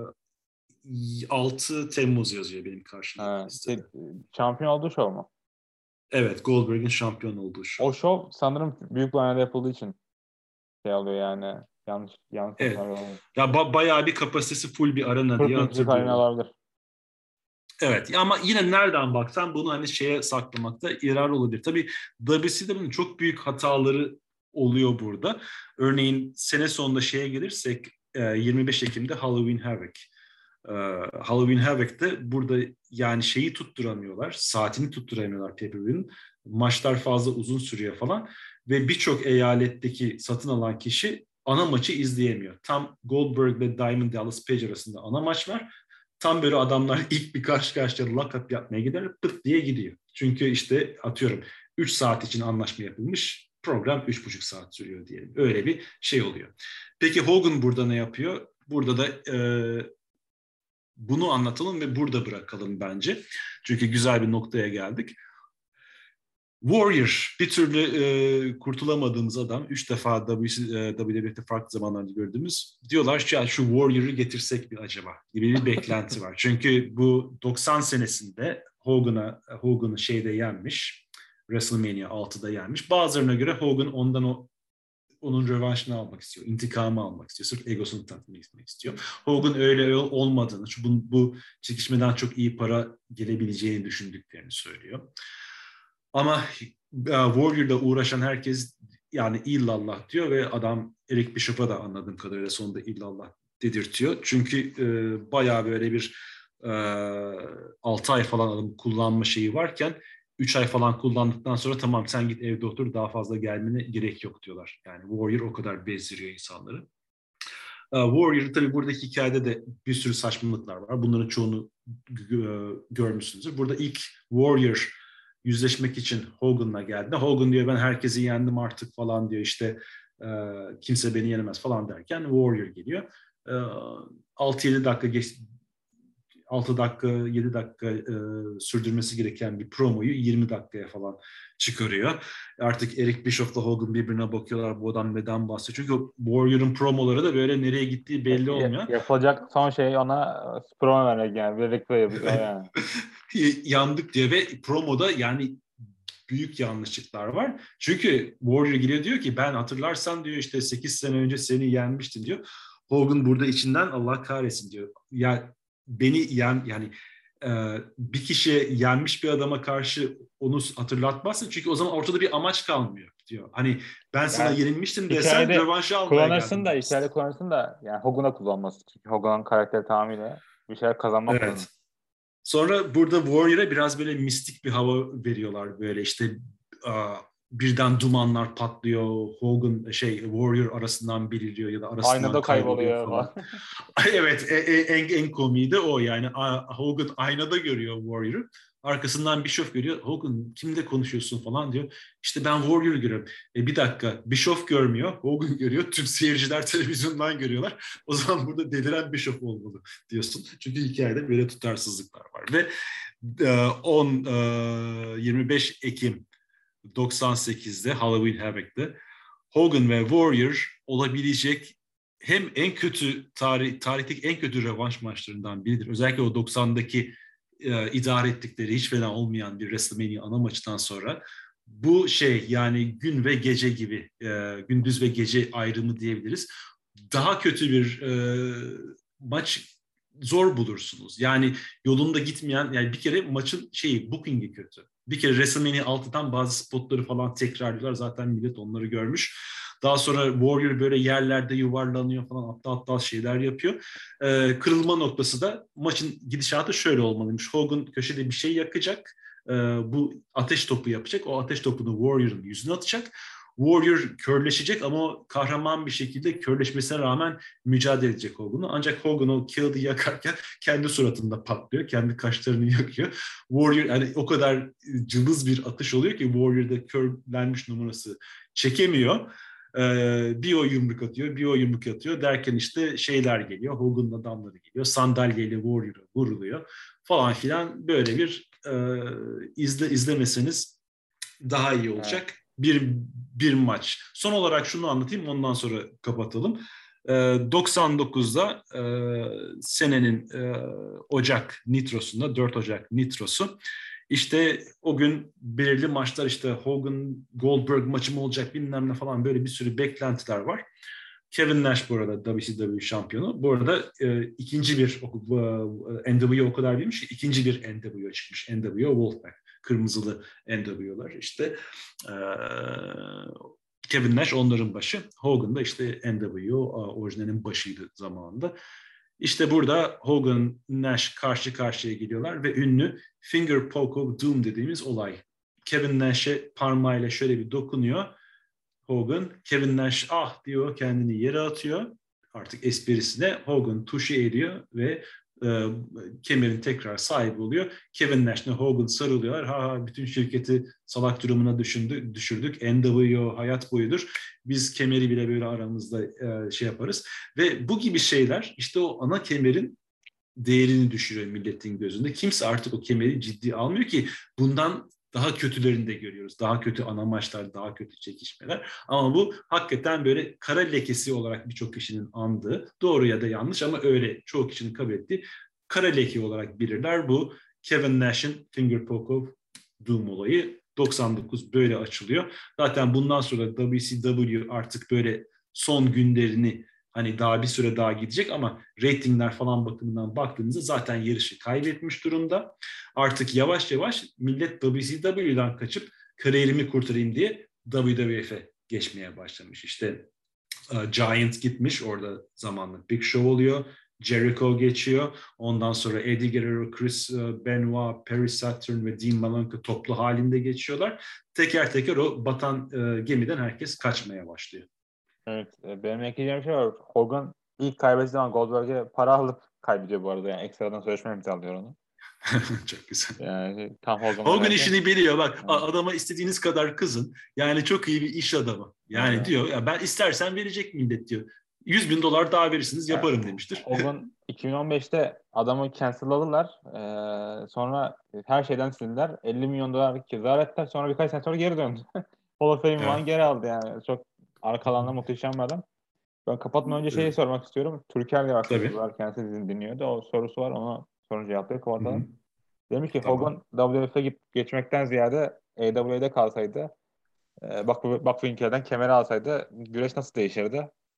altı Temmuz yazıyor benim karşımdaki Ha, listede. şey, şampiyon olduğu şov mu? Evet, Goldberg'in şampiyon olduğu şov. O şov sanırım büyük bir arenada yapıldığı için şey oluyor yani. Yanlış yanlış Evet. hatırlamıyorum. Ya ba- bayağı bir kapasitesi full bir arena diye kırk bin kişilik arena hatırlıyorum. olabilir. Evet ama yine nereden baksan bunu hani şeye saklamakta yarar olabilir. Tabii W C W'nin çok büyük hataları oluyor burada. Örneğin sene sonunda şeye gelirsek yirmi beş Ekim'de Halloween Havoc. Halloween Havoc'te burada yani şeyi tutturamıyorlar, saatini tutturamıyorlar pay-per-view'nin. Maçlar fazla uzun sürüyor falan ve birçok eyaletteki satın alan kişi ana maçı izleyemiyor. Tam Goldberg ve Diamond Dallas Page arasında ana maç var. Tam böyle adamlar ilk bir karşı karşıya lock-up yapmaya gider pıt diye gidiyor. Çünkü işte atıyorum üç saat için anlaşma yapılmış, program üç buçuk saat sürüyor diyelim. Öyle bir şey oluyor. Peki Hogan burada ne yapıyor? Burada da e, bunu anlatalım ve burada bırakalım bence. Çünkü güzel bir noktaya geldik. Warrior bir türlü e, kurtulamadığımız adam. Üç defa W W E'de farklı zamanlarda gördüğümüz. Diyorlar ki ya şu Warrior'ı getirsek mi acaba gibi bir beklenti var. Çünkü bu doksan senesinde Hogan'a Hogan'ı şeyde yenmiş. WrestleMania altıda yenmiş. Bazılarına göre Hogan ondan o onun rövanşını almak istiyor. İntikamı almak istiyor. Sırf egosunu tatmin etmek istiyor. Hogan öyle olmadığını, bu, bu çekişmeden çok iyi para gelebileceğini düşündüklerini söylüyor. Ama Warrior'da uğraşan herkes yani illallah diyor ve adam Eric Bischoff'a da anladığım kadarıyla sonunda illallah dedirtiyor. Çünkü e, bayağı böyle bir e, altı ay falan adam kullanma şeyi varken üç ay falan kullandıktan sonra tamam sen git evde otur daha fazla gelmene gerek yok diyorlar. Yani Warrior o kadar bezdiriyor insanları. Warrior tabii buradaki hikayede de bir sürü saçmalıklar var. Bunların çoğunu görmüşsünüzdür. Burada ilk Warrior yüzleşmek için Hogan'la geldi. Hogan diyor ben herkesi yendim artık falan diyor işte kimse beni yenemez falan derken Warrior geliyor. altı yedi dakika geç, altı dakika, yedi dakika e, sürdürmesi gereken bir promoyu yirmi dakikaya falan çıkarıyor. Artık Eric Bischoff'la Hogan birbirine bakıyorlar. Bu adam neden bahsediyor? Çünkü Warrior'ın promoları da böyle nereye gittiği belli olmuyor. Yapılacak son şey ona promo vermek yani. Bebek böyle yapıyor yani. Yandık diyor ve promoda yani büyük yanlışlıklar var. Çünkü Warrior geliyor diyor ki ben hatırlarsan diyor işte sekiz sene önce seni yenmiştim diyor. Hogan burada içinden Allah kahretsin diyor. Ya beni yen yani e, bir kişiye yenmiş bir adama karşı onu hatırlatmazsın. Çünkü o zaman ortada bir amaç kalmıyor diyor. Hani ben sana Yani yenilmiştim desen hikayede rövanşı almaya kullanırsın geldim da dersin. hikayede kullanırsın da yani Hogan'a kullanması. Çünkü Hogan'ın karakteri tamamıyla bir şeyler kazanmak uğruna. Evet. Sonra burada Warrior'a biraz böyle mistik bir hava veriyorlar. Böyle işte a, birden dumanlar patlıyor. Hogan şey Warrior arasından beliriyor ya da arasından Aynada kayboluyor kayboluyor falan. falan. Evet, e- e- en, en komiği de o yani. A- Hogan aynada görüyor Warrior'ı. Arkasından Bischoff görüyor. Hogan kimle konuşuyorsun falan diyor. İşte ben Warrior'ı görüyorum. E bir dakika Bischoff görmüyor. Hogan görüyor. Tüm seyirciler televizyondan görüyorlar. O zaman burada deliren Bischoff olmalı diyorsun. Çünkü hikayede böyle tutarsızlıklar var. Ve e, on e, yirmi beş Ekim doksan sekizde Halloween Havoc'te Hogan ve Warrior olabilecek hem en kötü tarih, tarihteki en kötü rövanş maçlarından biridir. Özellikle o doksandaki e, idare ettikleri hiç fena olmayan bir WrestleMania ana maçtan sonra bu şey yani gün ve gece gibi e, gündüz ve gece ayrımı diyebiliriz. Daha kötü bir e, maç zor bulursunuz. Yani yolunda gitmeyen yani bir kere maçın şeyi booking'i kötü. Bir kere WrestleMania altıdan bazı spotları falan tekrarlıyorlar. Zaten millet onları görmüş. Daha sonra Warrior böyle yerlerde yuvarlanıyor falan aptal aptal şeyler yapıyor. Ee, kırılma noktası da maçın gidişatı şöyle olmalıymış. Hogan köşede bir şey yakacak. Ee, bu ateş topu yapacak. O ateş topunu Warrior'ın yüzüne atacak. Warrior körleşecek ama kahraman bir şekilde körleşmesine rağmen mücadele edecek Hogan'ı. Ancak Hogan o kağıdı yakarken kendi suratında patlıyor. Kendi kaşlarını yakıyor. Warrior yani o kadar cılız bir atış oluyor ki Warrior'da körlenmiş numarası çekemiyor. Ee, bir o yumruk atıyor, bir o yumruk atıyor derken işte şeyler geliyor. Hogan'ın adamları geliyor. Sandalyeyle Warrior'a vuruluyor falan filan. Böyle bir e, izle, izlemeseniz daha iyi Evet. olacak bir bir maç. Son olarak şunu anlatayım ondan sonra kapatalım. Ee, doksan dokuzda e, senenin e, Ocak Nitrosu'nda dört Ocak Nitrosu işte o gün belirli maçlar işte Hogan Goldberg maçı mı olacak bilmem ne falan böyle bir sürü beklentiler var. Kevin Nash bu arada W C W şampiyonu. Bu arada e, ikinci bir e, N W O o kadar bilmiş ki ikinci bir N W O çıkmış. N W O Wolfpack. Kırmızılı N W O'lar işte. E, Kevin Nash onların başı. Hogan da işte N W O orijinalinin başıydı zamanında. İşte burada Hogan, Nash karşı karşıya geliyorlar ve ünlü Finger Poke of Doom dediğimiz olay. Kevin Nash'e parmağıyla şöyle bir dokunuyor. Hogan, Kevin Nash ah diyor kendini yere atıyor. Artık esprisine Hogan tuşu ediyor ve e, kemerin tekrar sahibi oluyor. Kevin Nash'le Hogan sarılıyorlar. Ha, ha bütün şirketi salak durumuna düşündü, düşürdük. N W O hayat boyudur. Biz kemeri bile böyle aramızda e, şey yaparız. Ve bu gibi şeyler işte o ana kemerin değerini düşürüyor milletin gözünde. Kimse artık o kemeri ciddi almıyor ki bundan daha kötülerini de görüyoruz. Daha kötü ana maçlar, daha kötü çekişmeler. Ama bu hakikaten böyle kara lekesi olarak birçok kişinin andığı, doğru ya da yanlış ama öyle çoğu kişinin kabul ettiği kara leke olarak bilirler. Bu Kevin Nash'in Finger Poke of Doom olayı doksan dokuz böyle açılıyor. Zaten bundan sonra W C W artık böyle son günlerini hani daha bir süre daha gidecek ama reytingler falan bakımından baktığımızda zaten yarışı kaybetmiş durumda. Artık yavaş yavaş millet W C W'den kaçıp kariyerimi kurtarayım diye W W F'e geçmeye başlamış. İşte uh, Giant gitmiş orada zamanla Big Show oluyor. Jericho geçiyor. Ondan sonra Eddie Guerrero, Chris Benoit, Perry Saturn ve Dean Malenko toplu halinde geçiyorlar. Teker teker o batan e, gemiden herkes kaçmaya başlıyor. Evet. e, Benim ekleyeceğim şey var. Hogan ilk kaybettiği zaman Goldberg'e para alıp kaybediyor bu arada. Yani ekstradan sözleşme imzalıyor onu. Çok güzel. Yani tam Hogan Hogan oynarken. işini biliyor. Bak Evet. adama istediğiniz kadar kızın. Yani çok iyi bir iş adamı. Yani Evet. diyor ya ben istersen verecek millet diyor. yüz bin dolar daha verirsiniz Yani yaparım demiştir. Hogan iki bin on beşte adamı cancel'ladılar. Ee, sonra her şeyden sildiler. elli milyon dolar zarar ettiler. Sonra birkaç sene sonra geri döndü. Hall of Fame Evet. falan geri aldı yani. Çok arkalarında muhteşem bir adam. Ben kapatmadan önce şeyi Evet. sormak istiyorum. Türker diye arkadaşımız Tabii. var. Kendisi bizim dinliyordu. O sorusu var. Ona sorunca cevaplayıp Hı hı. kapatalım. Demiş ki Tamam. Hogan W W F'e git, geçmekten ziyade A W A'de kalsaydı e, Buck- Buckwinkel'den kemeri alsaydı güreş nasıl değişirdi?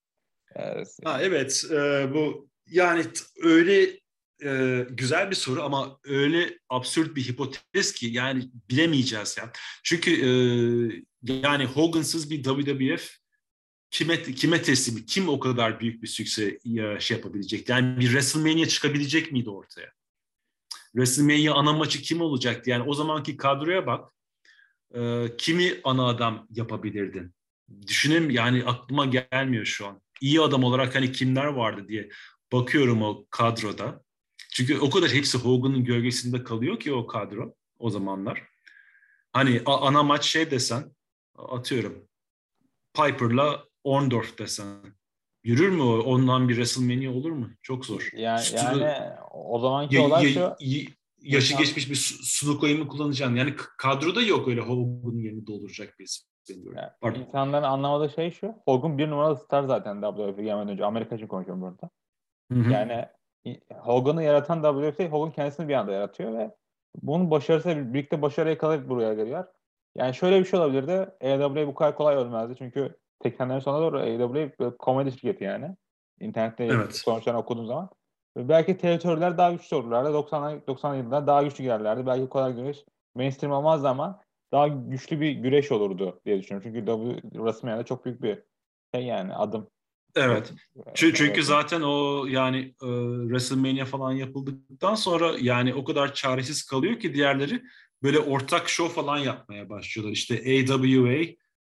Evet. Ha, evet, e, bu yani t- öyle e, güzel bir soru ama öyle absürt bir hipotez ki yani bilemeyeceğiz ya. Çünkü e, yani Hogan'sız bir W W F kime kime teslim, kim o kadar büyük bir sükse ya, şey yapabilecek? Yani bir WrestleMania çıkabilecek miydi ortaya? WrestleMania ana maçı kim olacaktı? Yani o zamanki kadroya bak. E, kimi ana adam yapabilirdin? Düşünün yani aklıma gelmiyor şu an. İyi adam olarak hani kimler vardı diye bakıyorum o kadroda. Çünkü o kadar hepsi Hogan'ın gölgesinde kalıyor ki o kadro o zamanlar. Hani a- ana maç şey desen atıyorum Piper'la Orndorff desen. Yürür mü o? Ondan bir WrestleMania olur mu? Çok zor. Yani, Su- yani o zamanki ya- olay ya- şu, ya- yaşı insan geçmiş bir Su- Suluko'yu mu kullanacaksın? Yani k- kadroda yok öyle Hogan'ın yerini dolduracak bir isim. Bilmiyorum. yani Pardon. insanların anlamadığı şey şu. Hogan bir numaralı star zaten W W F'ye gelmeden önce. Amerika için konuşuyorum burada. Hı hı. Yani Hogan'ı yaratan W W F, Hogan kendisini bir anda yaratıyor ve bunun başarısıyla birlikte başarı yakalayıp buraya geliyor. Yani şöyle bir şey olabilirdi. A E W bu kadar kolay ölmezdi. Çünkü seksenlerin sonuna doğru A E W bir komedi şirketi yani. İnternette Evet. sonuçlarını okuduğum zaman. Ve belki territory'ler daha güçlü olurlardı. doksanlar doksan yılında daha güçlü girerlerdi. Belki o kadar güreş mainstream olmazdı ama daha güçlü bir güreş olurdu diye düşünüyorum. Çünkü W WrestleMania'da çok büyük bir şey yani adım. Evet. Çü- Çünkü W W F'in. zaten o yani e, WrestleMania falan yapıldıktan sonra yani o kadar çaresiz kalıyor ki diğerleri böyle ortak show falan yapmaya başlıyorlar. İşte A W A, e,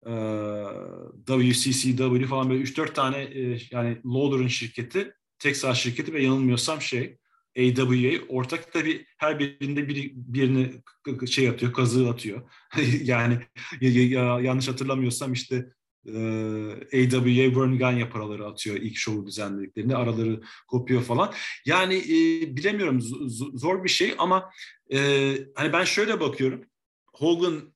W C C W falan böyle üç dört tane e, yani Lawler'ın şirketi, Texas şirketi ve yanılmıyorsam şey A W A ortak tabii her birinde biri birini k- k- şey atıyor, kazığı atıyor. Yani ya- ya- yanlış hatırlamıyorsam işte e, A W A Vern Gagne paraları atıyor ilk şovu düzenlediklerinde araları kopuyor falan. Yani e, bilemiyorum z- zor bir şey ama e, hani ben şöyle bakıyorum. Hogan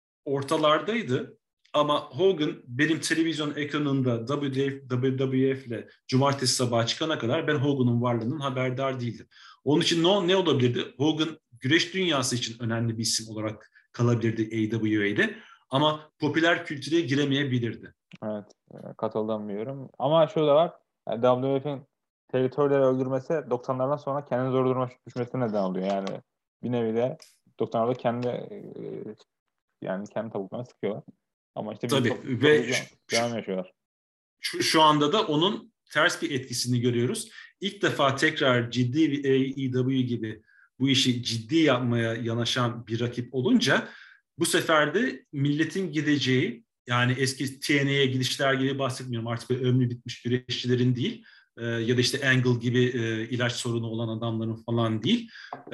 ortalardaydı ama Hogan benim televizyon ekranında W W F ile cumartesi sabahı çıkana kadar ben Hogan'ın varlığının haberdar değildim. Onun için ne, ne olabilirdi? Hogan güreş dünyası için önemli bir isim olarak kalabilirdi A W A'de ama popüler kültüre giremeyebilirdi. Evet, e, katıldamıyorum. Ama şu da var. Yani W W F'in territory'leri öldürmesi doksanlardan sonra kendini zor duruma düşmesine neden oluyor. Yani bir nevi de doksanlarda kendi e, yani kendi tavuklarını sıkıyorlar. Ama işte bir Tabii çok, çok ve büyük bir devam yaşıyorlar. şu, şu anda da onun ters bir etkisini görüyoruz. İlk defa tekrar ciddi bir A E W gibi bu işi ciddi yapmaya yanaşan bir rakip olunca bu sefer de milletin gideceği yani eski T N A'ye gidişler gibi bahsetmiyorum artık böyle ömrü bitmiş güreşçilerin değil e, ya da işte Angle gibi e, ilaç sorunu olan adamların falan değil. E,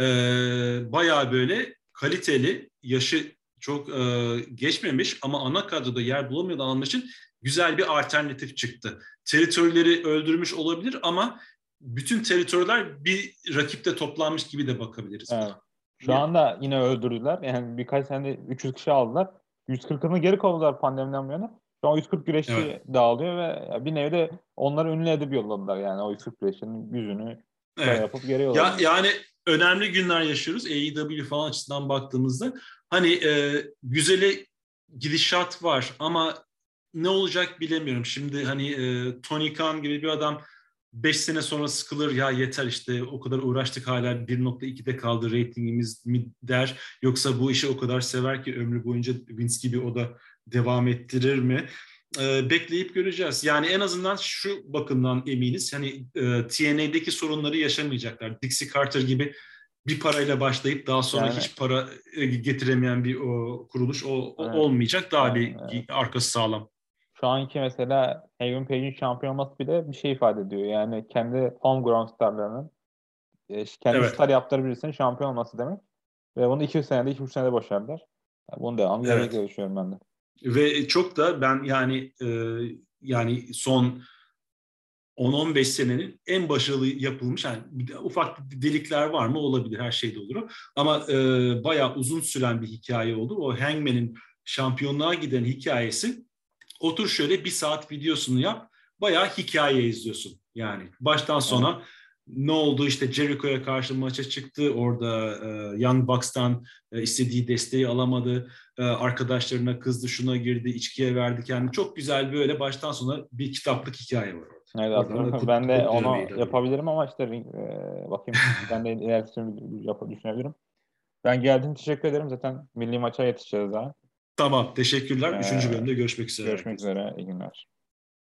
bayağı böyle kaliteli yaşı çok e, geçmemiş ama ana kadroda yer bulamayan adamlar için güzel bir alternatif çıktı. Teritorileri öldürmüş olabilir ama bütün teritoriler bir rakipte toplanmış gibi de bakabiliriz Evet. buna. Şu Niye? anda yine öldürdüler. Yani birkaç sene üç yüz kişi aldılar. yüz kırkını geri kovdular pandemiden bu yana. Şu an yüz kırk Evet. güreşçi dağılıyor ve bir nevi de onları ünlü edip yolladılar yani o yüz kırk güreşçinin yüzünü şey Evet. yapıp geri Ya yolladılar. yani önemli günler yaşıyoruz A E W falan açısından baktığımızda. Hani e, güzeli gidişat var ama ne olacak bilemiyorum. Şimdi hani e, Tony Khan gibi bir adam beş sene sonra sıkılır ya yeter işte o kadar uğraştık hala bir nokta ikide kaldı reytingimiz mi der. Yoksa bu işi o kadar sever ki ömrü boyunca Vince gibi o da devam ettirir mi? E, bekleyip göreceğiz. Yani en azından şu bakımdan eminiz. Hani e, T N A'deki sorunları yaşamayacaklar. Dixie Carter gibi bir parayla başlayıp daha sonra Yani hiç para e, getiremeyen bir o, kuruluş o, o- evet, olmayacak. Daha yani bir evet. arkası sağlam. Şu anki mesela Hangman Page'in şampiyon olması bile bir şey ifade ediyor. Yani kendi homegrown starlarının e, kendi Evet, star yaptığı birisinin şampiyon olması demek. Ve bunu iki senede, iki buçuk senede başardılar. Yani bunun devamı gelecek evet. diye düşünüyorum ben de. Ve çok da ben yani e, yani son on on beş senenin en başarılı yapılmış yani ufak delikler var mı olabilir her şeyde olur ama e, bayağı uzun süren bir hikaye oldu. O Hangman'in şampiyonluğa giden hikayesi otur şöyle bir saat videosunu yap bayağı hikaye izliyorsun yani baştan Evet. sona ne oldu işte Jericho'ya karşı maça çıktı orada e, Young Bucks'tan e, istediği desteği alamadı e, arkadaşlarına kızdı şuna girdi içkiye verdi kendini çok güzel böyle baştan sona bir kitaplık hikaye var. Evet, Oradan da aslında kut, ben de kutluyorum onu A E W'yi. yapabilirim ama işte e, bakayım ben de ilerisini yap düşünebilirim. Ben geldiğim teşekkür ederim. Zaten milli maça yetişeceğiz daha. Tamam, teşekkürler. Üçüncü Ee, bölümde görüşmek üzere görüşmek herkese. üzere. İyi günler.